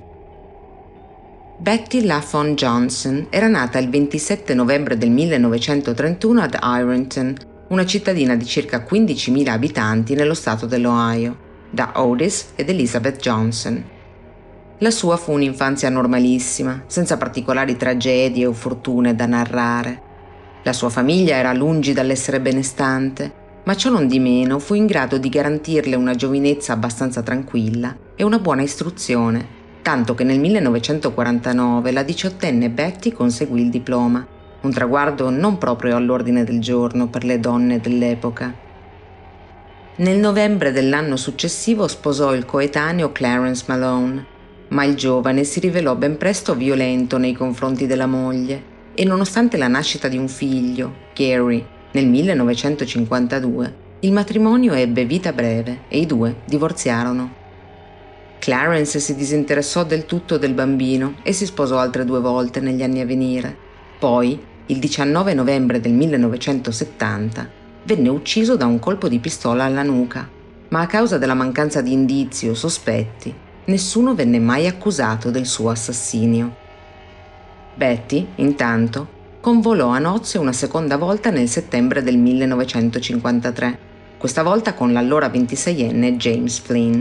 Betty LaFon Johnson era nata il 27 novembre del 1931 ad Ironton, una cittadina di circa 15.000 abitanti nello stato dell'Ohio, da Otis ed Elizabeth Johnson. La sua fu un'infanzia normalissima, senza particolari tragedie o fortune da narrare. La sua famiglia era lungi dall'essere benestante, ma ciò non di meno fu in grado di garantirle una giovinezza abbastanza tranquilla e una buona istruzione, tanto che nel 1949 la 18enne Betty conseguì il diploma, un traguardo non proprio all'ordine del giorno per le donne dell'epoca. Nel novembre dell'anno successivo sposò il coetaneo Clarence Malone, ma il giovane si rivelò ben presto violento nei confronti della moglie e nonostante la nascita di un figlio, Gary, nel 1952, il matrimonio ebbe vita breve e i due divorziarono. Clarence si disinteressò del tutto del bambino e si sposò altre 2 volte negli anni a venire. Poi, il 19 novembre del 1970, venne ucciso da un colpo di pistola alla nuca, ma a causa della mancanza di indizi o sospetti, nessuno venne mai accusato del suo assassinio. Betty, intanto, convolò a nozze una seconda volta nel settembre del 1953, questa volta con l'allora 26enne James Flynn.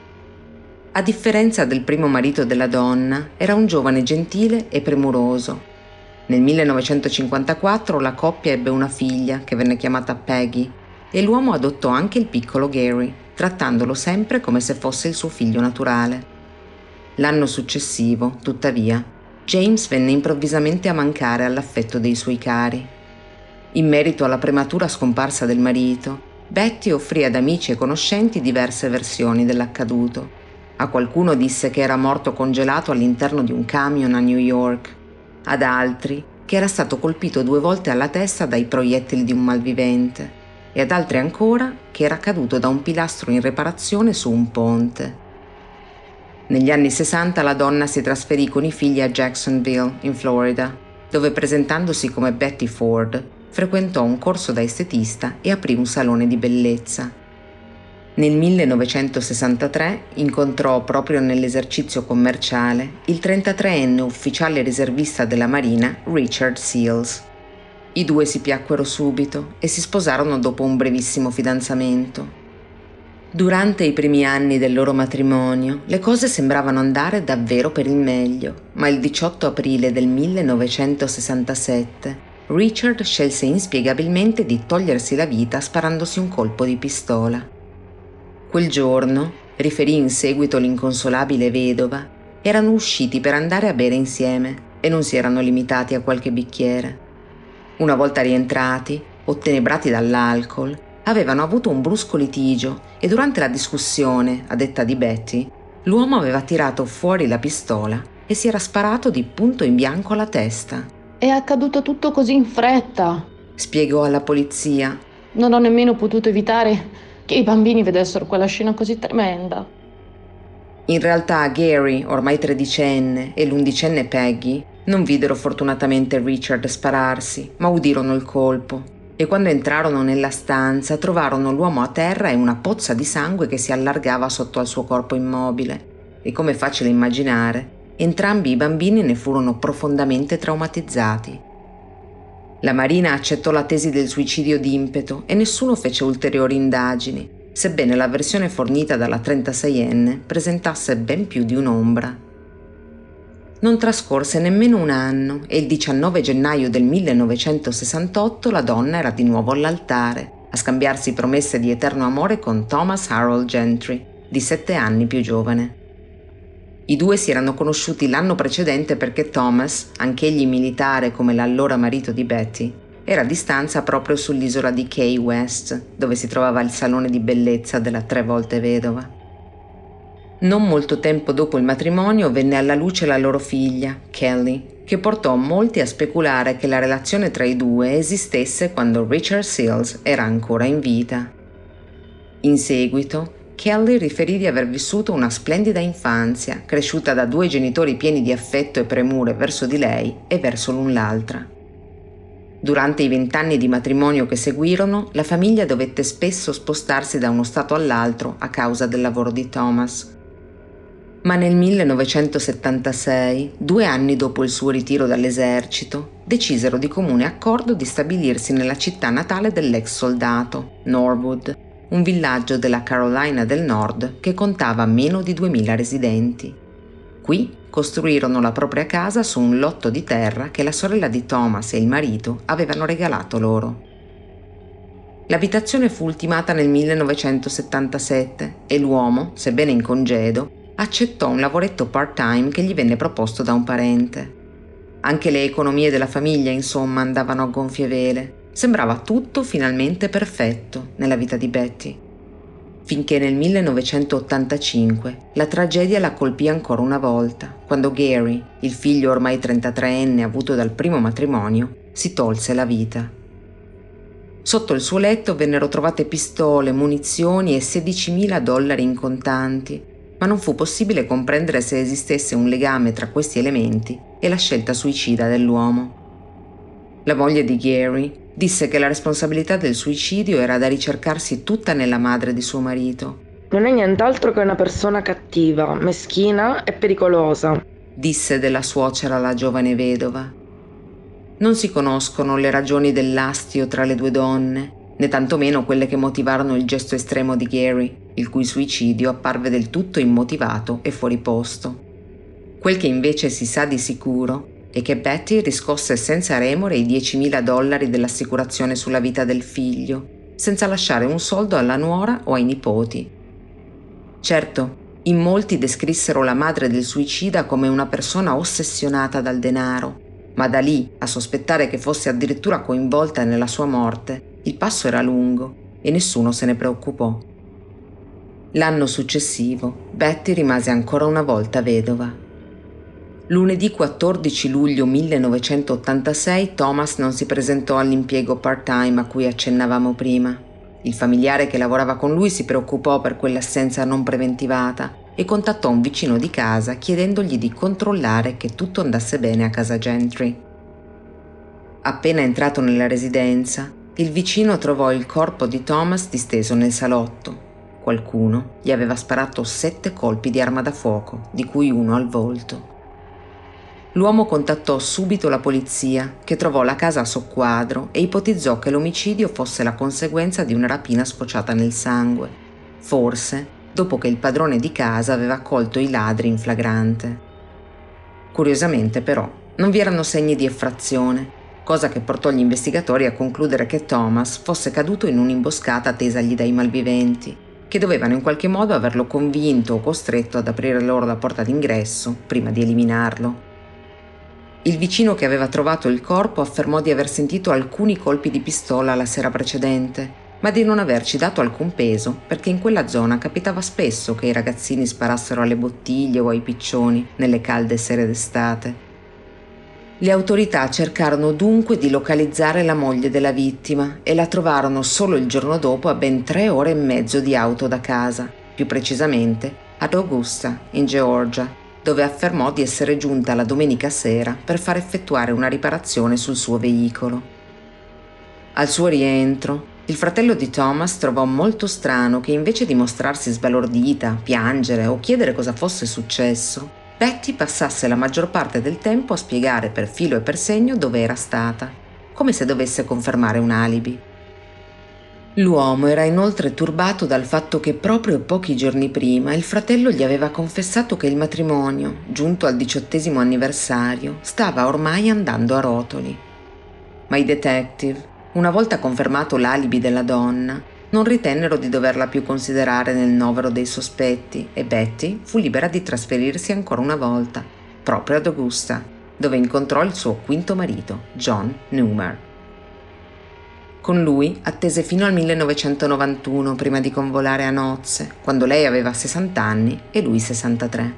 A differenza del primo marito della donna, era un giovane gentile e premuroso. Nel 1954 la coppia ebbe una figlia che venne chiamata Peggy e l'uomo adottò anche il piccolo Gary, trattandolo sempre come se fosse il suo figlio naturale. L'anno successivo, tuttavia, James venne improvvisamente a mancare all'affetto dei suoi cari. In merito alla prematura scomparsa del marito, Betty offrì ad amici e conoscenti diverse versioni dell'accaduto. A qualcuno disse che era morto congelato all'interno di un camion a New York, ad altri che era stato colpito 2 volte alla testa dai proiettili di un malvivente, e ad altri ancora che era caduto da un pilastro in riparazione su un ponte. Negli anni 60 la donna si trasferì con i figli a Jacksonville, in Florida, dove presentandosi come Betty Ford, frequentò un corso da estetista e aprì un salone di bellezza. Nel 1963 incontrò proprio nell'esercizio commerciale il 33enne ufficiale riservista della Marina Richard Seals. I 2 si piacquero subito e si sposarono dopo un brevissimo fidanzamento. Durante i primi anni del loro matrimonio le cose sembravano andare davvero per il meglio, ma il 18 aprile del 1967 Richard scelse inspiegabilmente di togliersi la vita sparandosi un colpo di pistola. Quel giorno, riferì in seguito l'inconsolabile vedova, erano usciti per andare a bere insieme e non si erano limitati a qualche bicchiere. Una volta rientrati, ottenebrati dall'alcol, avevano avuto un brusco litigio e durante la discussione, a detta di Betty, l'uomo aveva tirato fuori la pistola e si era sparato di punto in bianco alla testa. È accaduto tutto così in fretta, spiegò alla polizia. Non ho nemmeno potuto evitare che i bambini vedessero quella scena così tremenda. In realtà Gary, ormai 13enne, e l'11enne Peggy non videro fortunatamente Richard spararsi, ma udirono il colpo e quando entrarono nella stanza trovarono l'uomo a terra e una pozza di sangue che si allargava sotto al suo corpo immobile e, come è facile immaginare, entrambi i bambini ne furono profondamente traumatizzati. La Marina accettò la tesi del suicidio d'impeto e nessuno fece ulteriori indagini, sebbene la versione fornita dalla 36enne presentasse ben più di un'ombra. Non trascorse nemmeno un anno e il 19 gennaio del 1968 la donna era di nuovo all'altare, a scambiarsi promesse di eterno amore con Thomas Harold Gentry, di 7 anni più giovane. I 2 si erano conosciuti l'anno precedente perché Thomas, anch'egli militare come l'allora marito di Betty, era di stanza proprio sull'isola di Key West, dove si trovava il salone di bellezza della 3 volte vedova. Non molto tempo dopo il matrimonio venne alla luce la loro figlia, Kelly, che portò molti a speculare che la relazione tra i 2 esistesse quando Richard Seals era ancora in vita. In seguito, Kelly riferì di aver vissuto una splendida infanzia, cresciuta da 2 genitori pieni di affetto e premure verso di lei e verso l'un l'altra. Durante i 20 anni di matrimonio che seguirono, la famiglia dovette spesso spostarsi da uno stato all'altro a causa del lavoro di Thomas. Ma nel 1976, 2 anni dopo il suo ritiro dall'esercito, decisero di comune accordo di stabilirsi nella città natale dell'ex soldato, Norwood, un villaggio della Carolina del Nord che contava meno di 2000 residenti. Qui costruirono la propria casa su un lotto di terra che la sorella di Thomas e il marito avevano regalato loro. L'abitazione fu ultimata nel 1977 e l'uomo, sebbene in congedo, accettò un lavoretto part-time che gli venne proposto da un parente. Anche le economie della famiglia, insomma, andavano a gonfie vele. Sembrava tutto finalmente perfetto nella vita di Betty. Finché nel 1985 la tragedia la colpì ancora una volta, quando Gary, il figlio ormai 33enne avuto dal primo matrimonio, si tolse la vita. Sotto il suo letto vennero trovate pistole, munizioni e $16.000 in contanti, ma non fu possibile comprendere se esistesse un legame tra questi elementi e la scelta suicida dell'uomo. La moglie di Gary disse che la responsabilità del suicidio era da ricercarsi tutta nella madre di suo marito. Non è nient'altro che una persona cattiva, meschina e pericolosa, disse della suocera la giovane vedova. Non si conoscono le ragioni dell'astio tra le 2 donne, né tantomeno quelle che motivarono il gesto estremo di Gary, il cui suicidio apparve del tutto immotivato e fuori posto. Quel che invece si sa di sicuro è che Betty riscosse senza remore i $10.000 dell'assicurazione sulla vita del figlio, senza lasciare un soldo alla nuora o ai nipoti. Certo, in molti descrissero la madre del suicida come una persona ossessionata dal denaro, ma da lì a sospettare che fosse addirittura coinvolta nella sua morte, il passo era lungo e nessuno se ne preoccupò. L'anno successivo, Betty rimase ancora una volta vedova. Lunedì 14 luglio 1986 Thomas non si presentò all'impiego part-time a cui accennavamo prima. Il familiare che lavorava con lui si preoccupò per quell'assenza non preventivata e contattò un vicino di casa chiedendogli di controllare che tutto andasse bene a casa Gentry. Appena entrato nella residenza, il vicino trovò il corpo di Thomas disteso nel salotto. Qualcuno gli aveva sparato 7 colpi di arma da fuoco, di cui uno al volto. L'uomo contattò subito la polizia, che trovò la casa a soqquadro e ipotizzò che l'omicidio fosse la conseguenza di una rapina sfociata nel sangue, forse dopo che il padrone di casa aveva colto i ladri in flagrante. Curiosamente, però, non vi erano segni di effrazione, cosa che portò gli investigatori a concludere che Thomas fosse caduto in un'imboscata tesagli dai malviventi, che dovevano in qualche modo averlo convinto o costretto ad aprire loro la porta d'ingresso prima di eliminarlo. Il vicino che aveva trovato il corpo affermò di aver sentito alcuni colpi di pistola la sera precedente, ma di non averci dato alcun peso perché in quella zona capitava spesso che i ragazzini sparassero alle bottiglie o ai piccioni nelle calde sere d'estate. Le autorità cercarono dunque di localizzare la moglie della vittima e la trovarono solo il giorno dopo a ben 3 ore e mezzo di auto da casa, più precisamente ad Augusta, in Georgia, dove affermò di essere giunta la domenica sera per far effettuare una riparazione sul suo veicolo. Al suo rientro, il fratello di Thomas trovò molto strano che invece di mostrarsi sbalordita, piangere o chiedere cosa fosse successo, Betty passasse la maggior parte del tempo a spiegare per filo e per segno dove era stata, come se dovesse confermare un alibi. L'uomo era inoltre turbato dal fatto che proprio pochi giorni prima il fratello gli aveva confessato che il matrimonio, giunto al 18° anniversario, stava ormai andando a rotoli. Ma i detective, una volta confermato l'alibi della donna, non ritennero di doverla più considerare nel novero dei sospetti e Betty fu libera di trasferirsi ancora una volta, proprio ad Augusta, dove incontrò il suo 5º marito, John Newmer. Con lui attese fino al 1991 prima di convolare a nozze, quando lei aveva 60 anni e lui 63.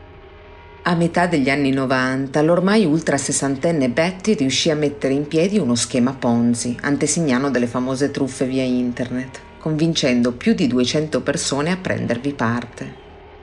A metà degli anni 90, l'ormai ultra sessantenne Betty riuscì a mettere in piedi uno schema Ponzi, antesignano delle famose truffe via internet, convincendo più di 200 persone a prendervi parte.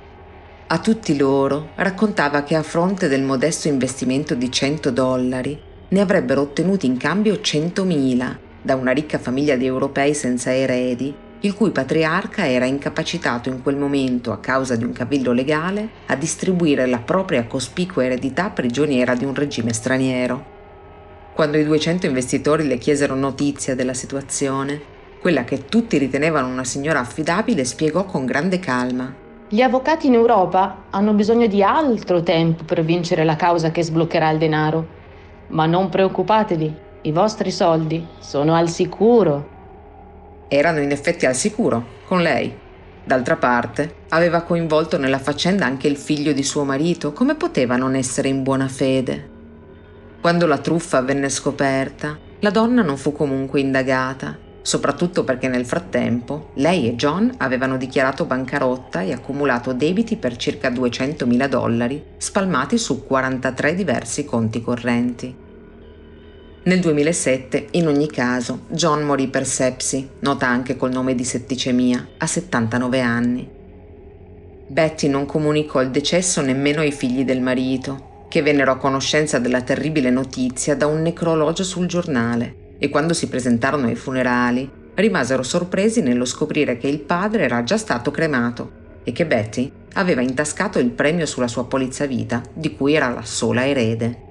A tutti loro raccontava che a fronte del modesto investimento di $100 ne avrebbero ottenuti in cambio 100.000 da una ricca famiglia di europei senza eredi, il cui patriarca era incapacitato in quel momento, a causa di un cavillo legale, a distribuire la propria cospicua eredità prigioniera di un regime straniero. Quando i 200 investitori le chiesero notizia della situazione, quella che tutti ritenevano una signora affidabile spiegò con grande calma: gli avvocati in Europa hanno bisogno di altro tempo per vincere la causa che sbloccherà il denaro. Ma non preoccupatevi, i vostri soldi sono al sicuro. Erano in effetti al sicuro, con lei. D'altra parte, aveva coinvolto nella faccenda anche il figlio di suo marito, come poteva non essere in buona fede? Quando la truffa venne scoperta, la donna non fu comunque indagata, soprattutto perché nel frattempo lei e John avevano dichiarato bancarotta e accumulato debiti per circa $200.000 spalmati su 43 diversi conti correnti. Nel 2007, in ogni caso, John morì per sepsi, nota anche col nome di setticemia, a 79 anni. Betty non comunicò il decesso nemmeno ai figli del marito, che vennero a conoscenza della terribile notizia da un necrologio sul giornale, e quando si presentarono ai funerali rimasero sorpresi nello scoprire che il padre era già stato cremato e che Betty aveva intascato il premio sulla sua polizza vita, di cui era la sola erede.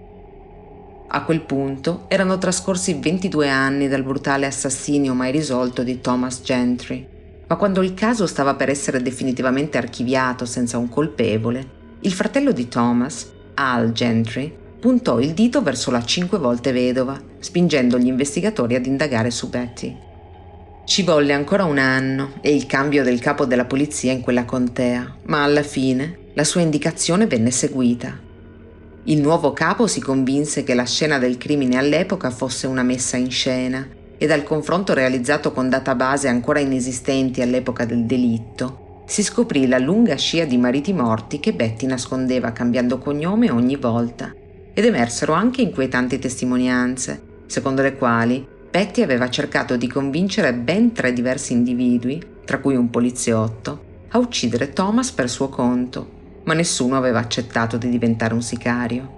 A quel punto erano trascorsi 22 anni dal brutale assassinio mai risolto di Thomas Gentry, ma quando il caso stava per essere definitivamente archiviato senza un colpevole, il fratello di Thomas, Al Gentry, puntò il dito verso la 5 volte vedova, spingendo gli investigatori ad indagare su Betty. Ci volle ancora un anno e il cambio del capo della polizia in quella contea, ma alla fine la sua indicazione venne seguita. Il nuovo capo si convinse che la scena del crimine all'epoca fosse una messa in scena e dal confronto realizzato con database ancora inesistenti all'epoca del delitto si scoprì la lunga scia di mariti morti che Betty nascondeva cambiando cognome ogni volta. Ed emersero anche inquietanti testimonianze, secondo le quali Betty aveva cercato di convincere ben 3 diversi individui, tra cui un poliziotto, a uccidere Thomas per suo conto, ma nessuno aveva accettato di diventare un sicario.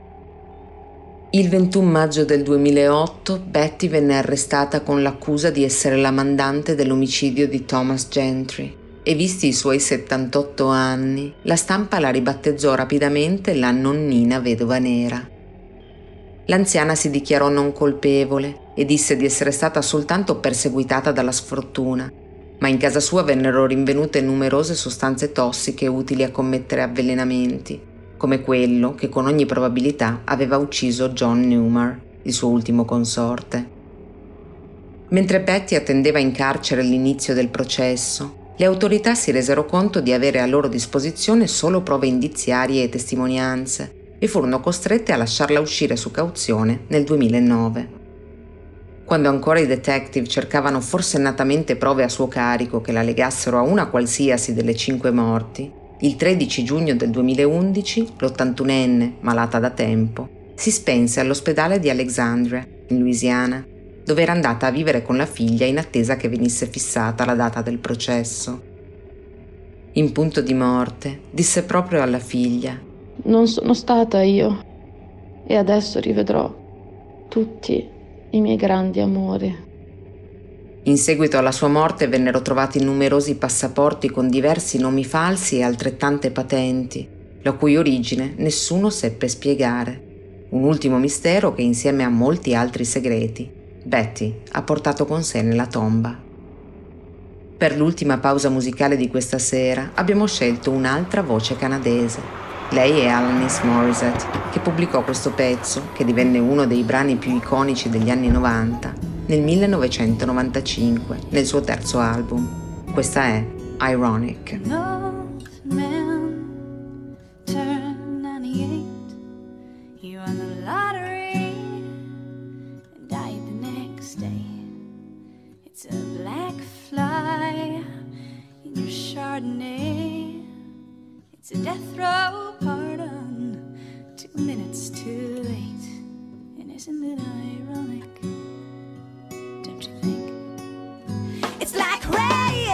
Il 21 maggio del 2008 Betty venne arrestata con l'accusa di essere la mandante dell'omicidio di Thomas Gentry e, visti i suoi 78 anni, la stampa la ribattezzò rapidamente la nonnina vedova nera. L'anziana si dichiarò non colpevole e disse di essere stata soltanto perseguitata dalla sfortuna, ma in casa sua vennero rinvenute numerose sostanze tossiche utili a commettere avvelenamenti, come quello che con ogni probabilità aveva ucciso John Newmar, il suo ultimo consorte. Mentre Betty attendeva in carcere l'inizio del processo, le autorità si resero conto di avere a loro disposizione solo prove indiziarie e testimonianze, e furono costrette a lasciarla uscire su cauzione nel 2009. Quando ancora i detective cercavano forsennatamente prove a suo carico che la legassero a una qualsiasi delle 5 morti, il 13 giugno del 2011 l'81enne, malata da tempo, si spense all'ospedale di Alexandria, in Louisiana, dove era andata a vivere con la figlia in attesa che venisse fissata la data del processo. In punto di morte, disse proprio alla figlia: Non sono stata io e adesso rivedrò tutti i miei grandi amori. In seguito alla sua morte vennero trovati numerosi passaporti con diversi nomi falsi e altrettante patenti, la cui origine nessuno seppe spiegare. Un ultimo mistero che, insieme a molti altri segreti, Betty ha portato con sé nella tomba. Per l'ultima pausa musicale di questa sera abbiamo scelto un'altra voce canadese. Lei è Alanis Morissette, che pubblicò questo pezzo, che divenne uno dei brani più iconici degli anni 90, nel 1995, nel suo terzo album. Questa è Ironic. It's a death row pardon, 2 minutes too late. And isn't it ironic? Don't you think? It's like rain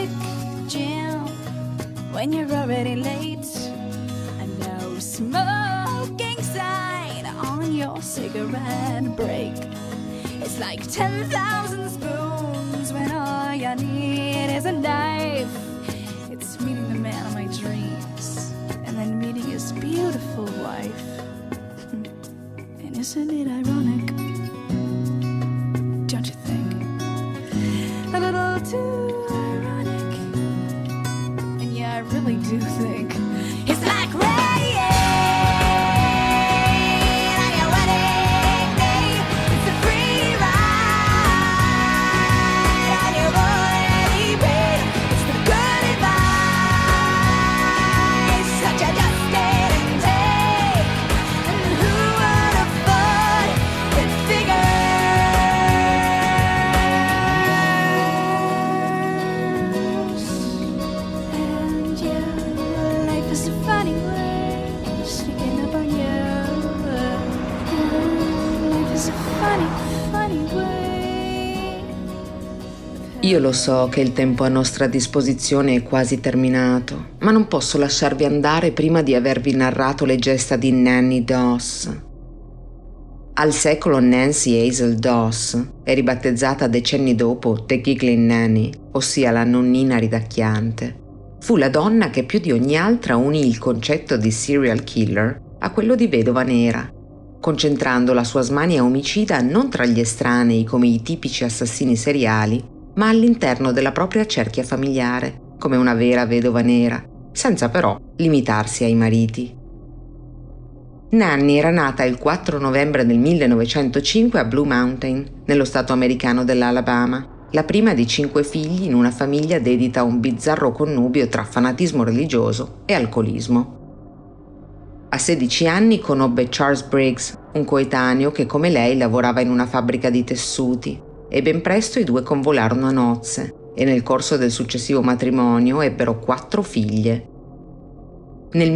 Jim, when you're already late. And no smoking sign on your cigarette break. It's like 10,000 spoons when all you need is a knife. It's meeting the man of my dreams and then meeting his beautiful wife. And isn't it ironic? Don't you think? A little too ironic. And yeah, I really do think it's like rain on your wedding day. It's a free ride on your already paid. It's the good advice that you just didn't take. And who would have thought it figures? And yeah, life is a funny way, sneaking up on you. Life is a funny, funny way. Io lo so che il tempo a nostra disposizione è quasi terminato, ma non posso lasciarvi andare prima di avervi narrato le gesta di Nanny Doss. Al secolo Nancy Hazel Doss è ribattezzata decenni dopo The Giggling Nanny, ossia la nonnina ridacchiante. Fu la donna che più di ogni altra unì il concetto di serial killer a quello di vedova nera, concentrando la sua smania omicida non tra gli estranei come i tipici assassini seriali, ma all'interno della propria cerchia familiare, come una vera vedova nera, senza però limitarsi ai mariti. Nanny era nata il 4 novembre del 1905 a Blue Mountain, nello stato americano dell'Alabama, la prima di 5 figli in una famiglia dedita a un bizzarro connubio tra fanatismo religioso e alcolismo. A 16 anni conobbe Charles Briggs, un coetaneo che come lei lavorava in una fabbrica di tessuti, e ben presto i due convolarono a nozze e nel corso del successivo matrimonio ebbero 4 figlie. Nel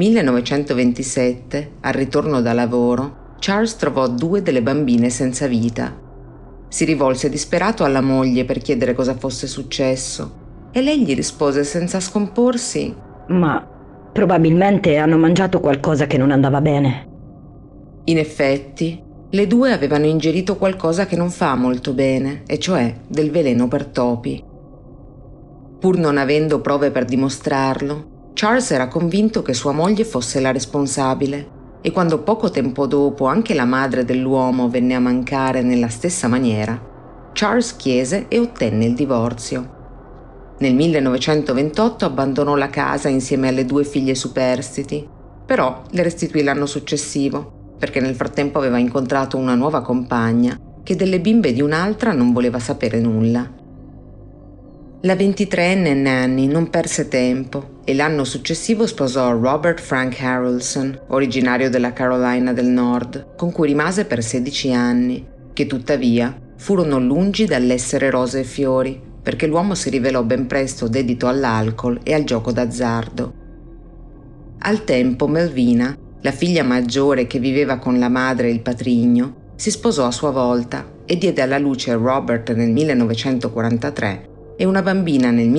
1927, al ritorno da lavoro, Charles trovò 2 delle bambine senza vita. Si rivolse disperato alla moglie per chiedere cosa fosse successo e lei gli rispose senza scomporsi: «Ma probabilmente hanno mangiato qualcosa che non andava bene». In effetti, le 2 avevano ingerito qualcosa che non fa molto bene, e cioè del veleno per topi. Pur non avendo prove per dimostrarlo, Charles era convinto che sua moglie fosse la responsabile, e quando poco tempo dopo anche la madre dell'uomo venne a mancare nella stessa maniera, Charles chiese e ottenne il divorzio. Nel 1928 abbandonò la casa insieme alle 2 figlie superstiti, però le restituì l'anno successivo, perché nel frattempo aveva incontrato una nuova compagna che delle bimbe di un'altra non voleva sapere nulla. La 23enne Nanny non perse tempo e l'anno successivo sposò Robert Frank Harrelson, originario della Carolina del Nord, con cui rimase per 16 anni, che tuttavia furono lungi dall'essere rose e fiori, perché l'uomo si rivelò ben presto dedito all'alcol e al gioco d'azzardo. Al tempo Melvina, la figlia maggiore che viveva con la madre e il patrigno, si sposò a sua volta e diede alla luce Robert nel 1943 e una bambina nel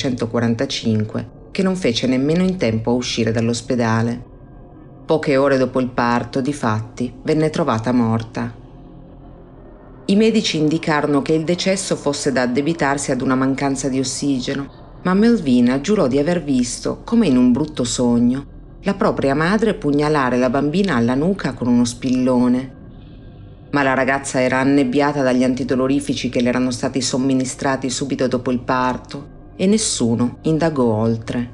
1945 che non fece nemmeno in tempo a uscire dall'ospedale. Poche ore dopo il parto, difatti, venne trovata morta. I medici indicarono che il decesso fosse da addebitarsi ad una mancanza di ossigeno, ma Melvina giurò di aver visto, come in un brutto sogno, la propria madre pugnalare la bambina alla nuca con uno spillone. Ma la ragazza era annebbiata dagli antidolorifici che le erano stati somministrati subito dopo il parto e nessuno indagò oltre.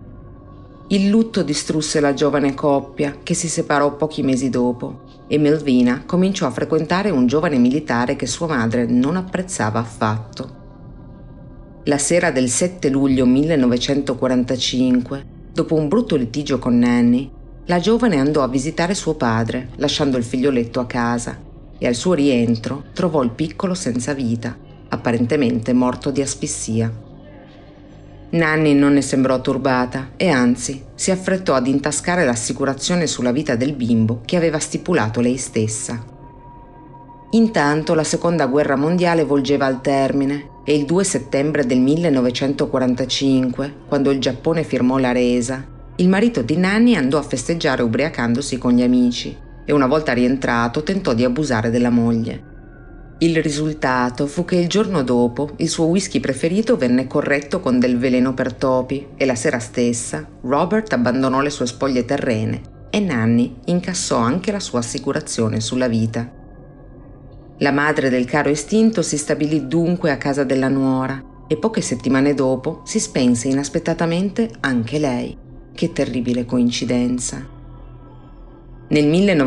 Il lutto distrusse la giovane coppia che si separò pochi mesi dopo e Melvina cominciò a frequentare un giovane militare che sua madre non apprezzava affatto. La sera del 7 luglio 1945, dopo un brutto litigio con Nanny, la giovane andò a visitare suo padre, lasciando il figlioletto a casa, e al suo rientro trovò il piccolo senza vita, apparentemente morto di asfissia. Nanny non ne sembrò turbata e anzi si affrettò ad intascare l'assicurazione sulla vita del bimbo che aveva stipulato lei stessa. Intanto la seconda guerra mondiale volgeva al termine e il 2 settembre del 1945, quando il Giappone firmò la resa, il marito di Nanny andò a festeggiare ubriacandosi con gli amici e una volta rientrato tentò di abusare della moglie. Il risultato fu che il giorno dopo il suo whisky preferito venne corretto con del veleno per topi e la sera stessa Robert abbandonò le sue spoglie terrene e Nanny incassò anche la sua assicurazione sulla vita. La madre del caro estinto si stabilì dunque a casa della nuora e poche settimane dopo si spense inaspettatamente anche lei. Che terribile coincidenza. Nel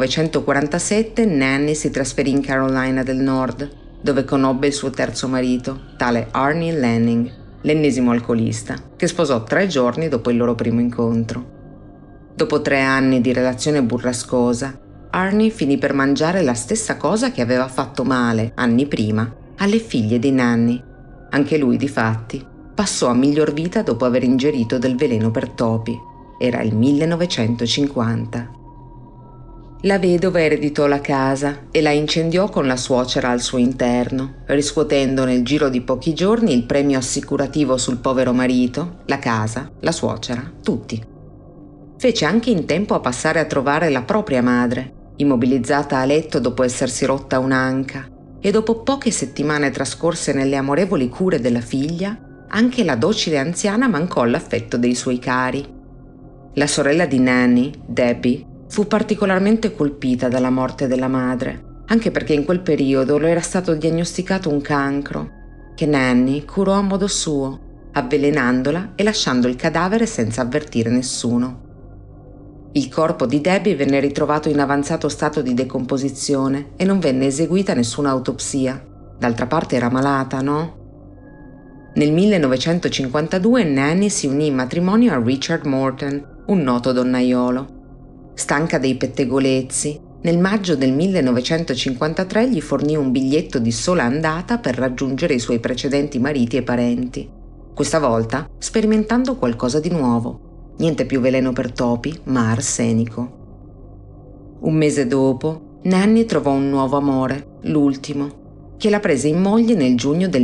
1947 Nanny si trasferì in Carolina del Nord, dove conobbe il suo terzo marito, tale Arnie Lanning, l'ennesimo alcolista, che sposò 3 giorni dopo il loro primo incontro. Dopo 3 anni di relazione burrascosa, Arnie finì per mangiare la stessa cosa che aveva fatto male, anni prima, alle figlie di Nanny. Anche lui, difatti, passò a miglior vita dopo aver ingerito del veleno per topi. Era il 1950. La vedova ereditò la casa e la incendiò con la suocera al suo interno, riscuotendo nel giro di pochi giorni il premio assicurativo sul povero marito, la casa, la suocera, tutti. Fece anche in tempo a passare a trovare la propria madre, immobilizzata a letto dopo essersi rotta un'anca, e dopo poche settimane trascorse nelle amorevoli cure della figlia, anche la docile anziana mancò all'affetto dei suoi cari. La sorella di Nanny, Debbie, fu particolarmente colpita dalla morte della madre, anche perché in quel periodo le era stato diagnosticato un cancro, che Nanny curò a modo suo, avvelenandola e lasciando il cadavere senza avvertire nessuno. Il corpo di Debbie venne ritrovato in avanzato stato di decomposizione e non venne eseguita nessuna autopsia. D'altra parte era malata, no? Nel 1952 Nanny si unì in matrimonio a Richard Morton, un noto donnaiolo. Stanca dei pettegolezzi, nel maggio del 1953 gli fornì un biglietto di sola andata per raggiungere i suoi precedenti mariti e parenti. Questa volta sperimentando qualcosa di nuovo. Niente più veleno per topi, ma arsenico. Un mese dopo, Nanny trovò un nuovo amore, l'ultimo, che la prese in moglie nel giugno del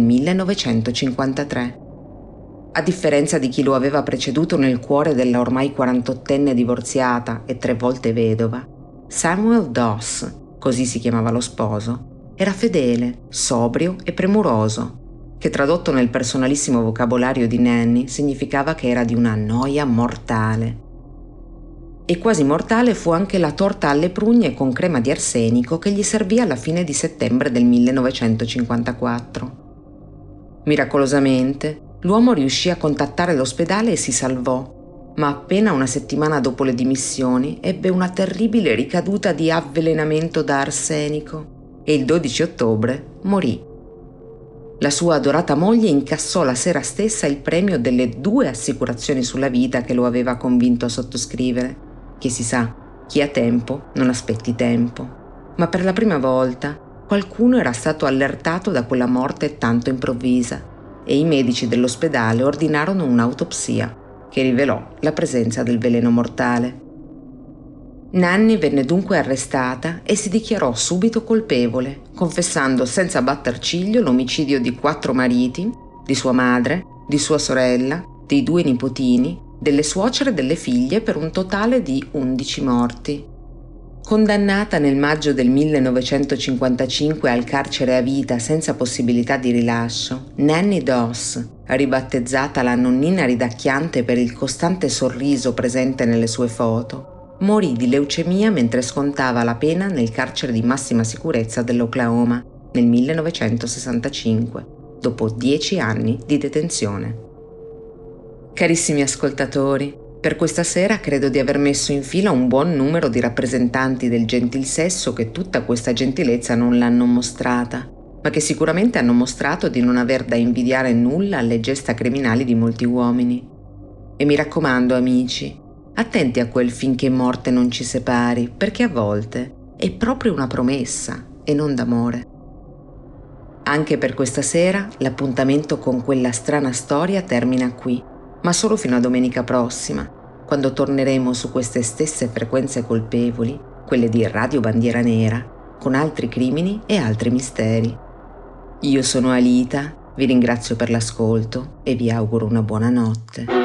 1953. A differenza di chi lo aveva preceduto nel cuore della ormai 48enne divorziata e 3 volte vedova, Samuel Doss, così si chiamava lo sposo, era fedele, sobrio e premuroso, che tradotto nel personalissimo vocabolario di Nanny significava che era di una noia mortale. E quasi mortale fu anche la torta alle prugne con crema di arsenico che gli servì alla fine di settembre del 1954. Miracolosamente, l'uomo riuscì a contattare l'ospedale e si salvò, ma appena una settimana dopo le dimissioni ebbe una terribile ricaduta di avvelenamento da arsenico e il 12 ottobre morì. La sua adorata moglie incassò la sera stessa il premio delle 2 assicurazioni sulla vita che lo aveva convinto a sottoscrivere, che si sa, chi ha tempo non aspetti tempo. Ma per la prima volta qualcuno era stato allertato da quella morte tanto improvvisa e i medici dell'ospedale ordinarono un'autopsia che rivelò la presenza del veleno mortale. Nanny venne dunque arrestata e si dichiarò subito colpevole, confessando senza batter ciglio l'omicidio di 4 mariti, di sua madre, di sua sorella, dei 2 nipotini, delle suocere e delle figlie per un totale di 11 morti. Condannata nel maggio del 1955 al carcere a vita senza possibilità di rilascio, Nanny Doss, ribattezzata la nonnina ridacchiante per il costante sorriso presente nelle sue foto, morì di leucemia mentre scontava la pena nel carcere di massima sicurezza dell'Oklahoma nel 1965, dopo 10 anni di detenzione. Carissimi ascoltatori, per questa sera credo di aver messo in fila un buon numero di rappresentanti del gentil sesso che tutta questa gentilezza non l'hanno mostrata, ma che sicuramente hanno mostrato di non aver da invidiare nulla alle gesta criminali di molti uomini. E mi raccomando, amici, attenti a quel finché morte non ci separi, perché a volte è proprio una promessa e non d'amore. Anche per questa sera l'appuntamento con quella strana storia termina qui, ma solo fino a domenica prossima, quando torneremo su queste stesse frequenze colpevoli, quelle di Radio Bandiera Nera, con altri crimini e altri misteri. Io sono Alita Vi ringrazio per l'ascolto e vi auguro una buona notte.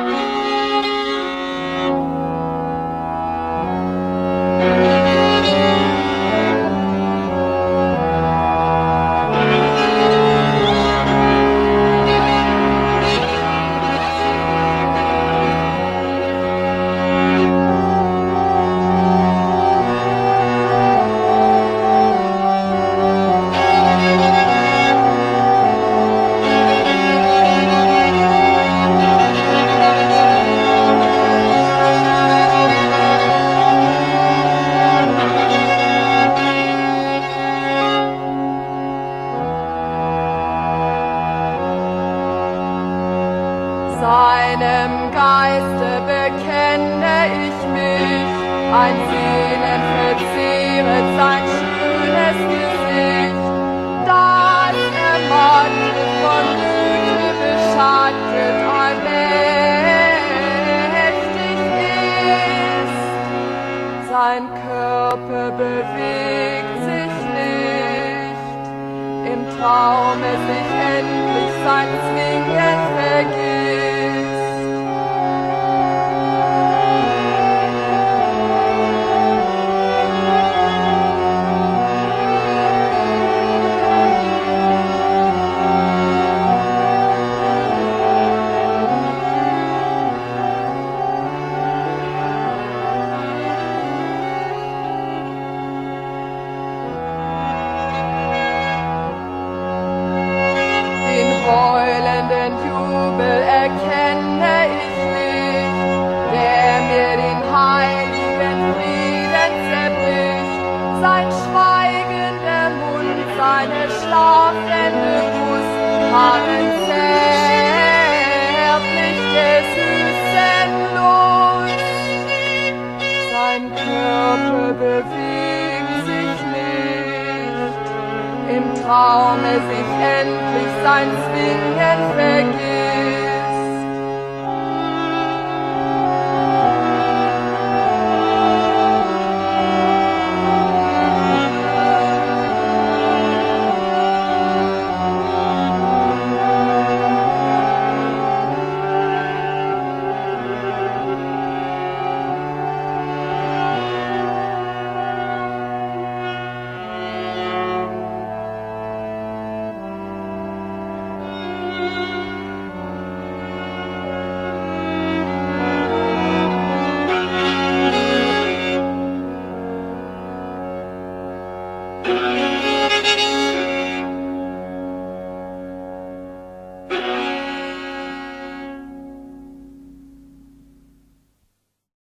Seinem Geiste bekenne ich mich, ein Sehnen verzehret sein schönes Gesicht, das ermattet von Güte beschattet allmächtig ist. Sein Körper bewegt sich nicht, im Traume sich endlich sein Zwingen vergisst. Heulenden Jubel erkenne ich nicht, der mir den heiligen Frieden zerbricht. Sein schweigender Mund, seine schlafende Brust haben zärtlich der süßen Lust. Sein Körper bewegt sich nicht, im Traume sich endlich sein Zwingen vergisst.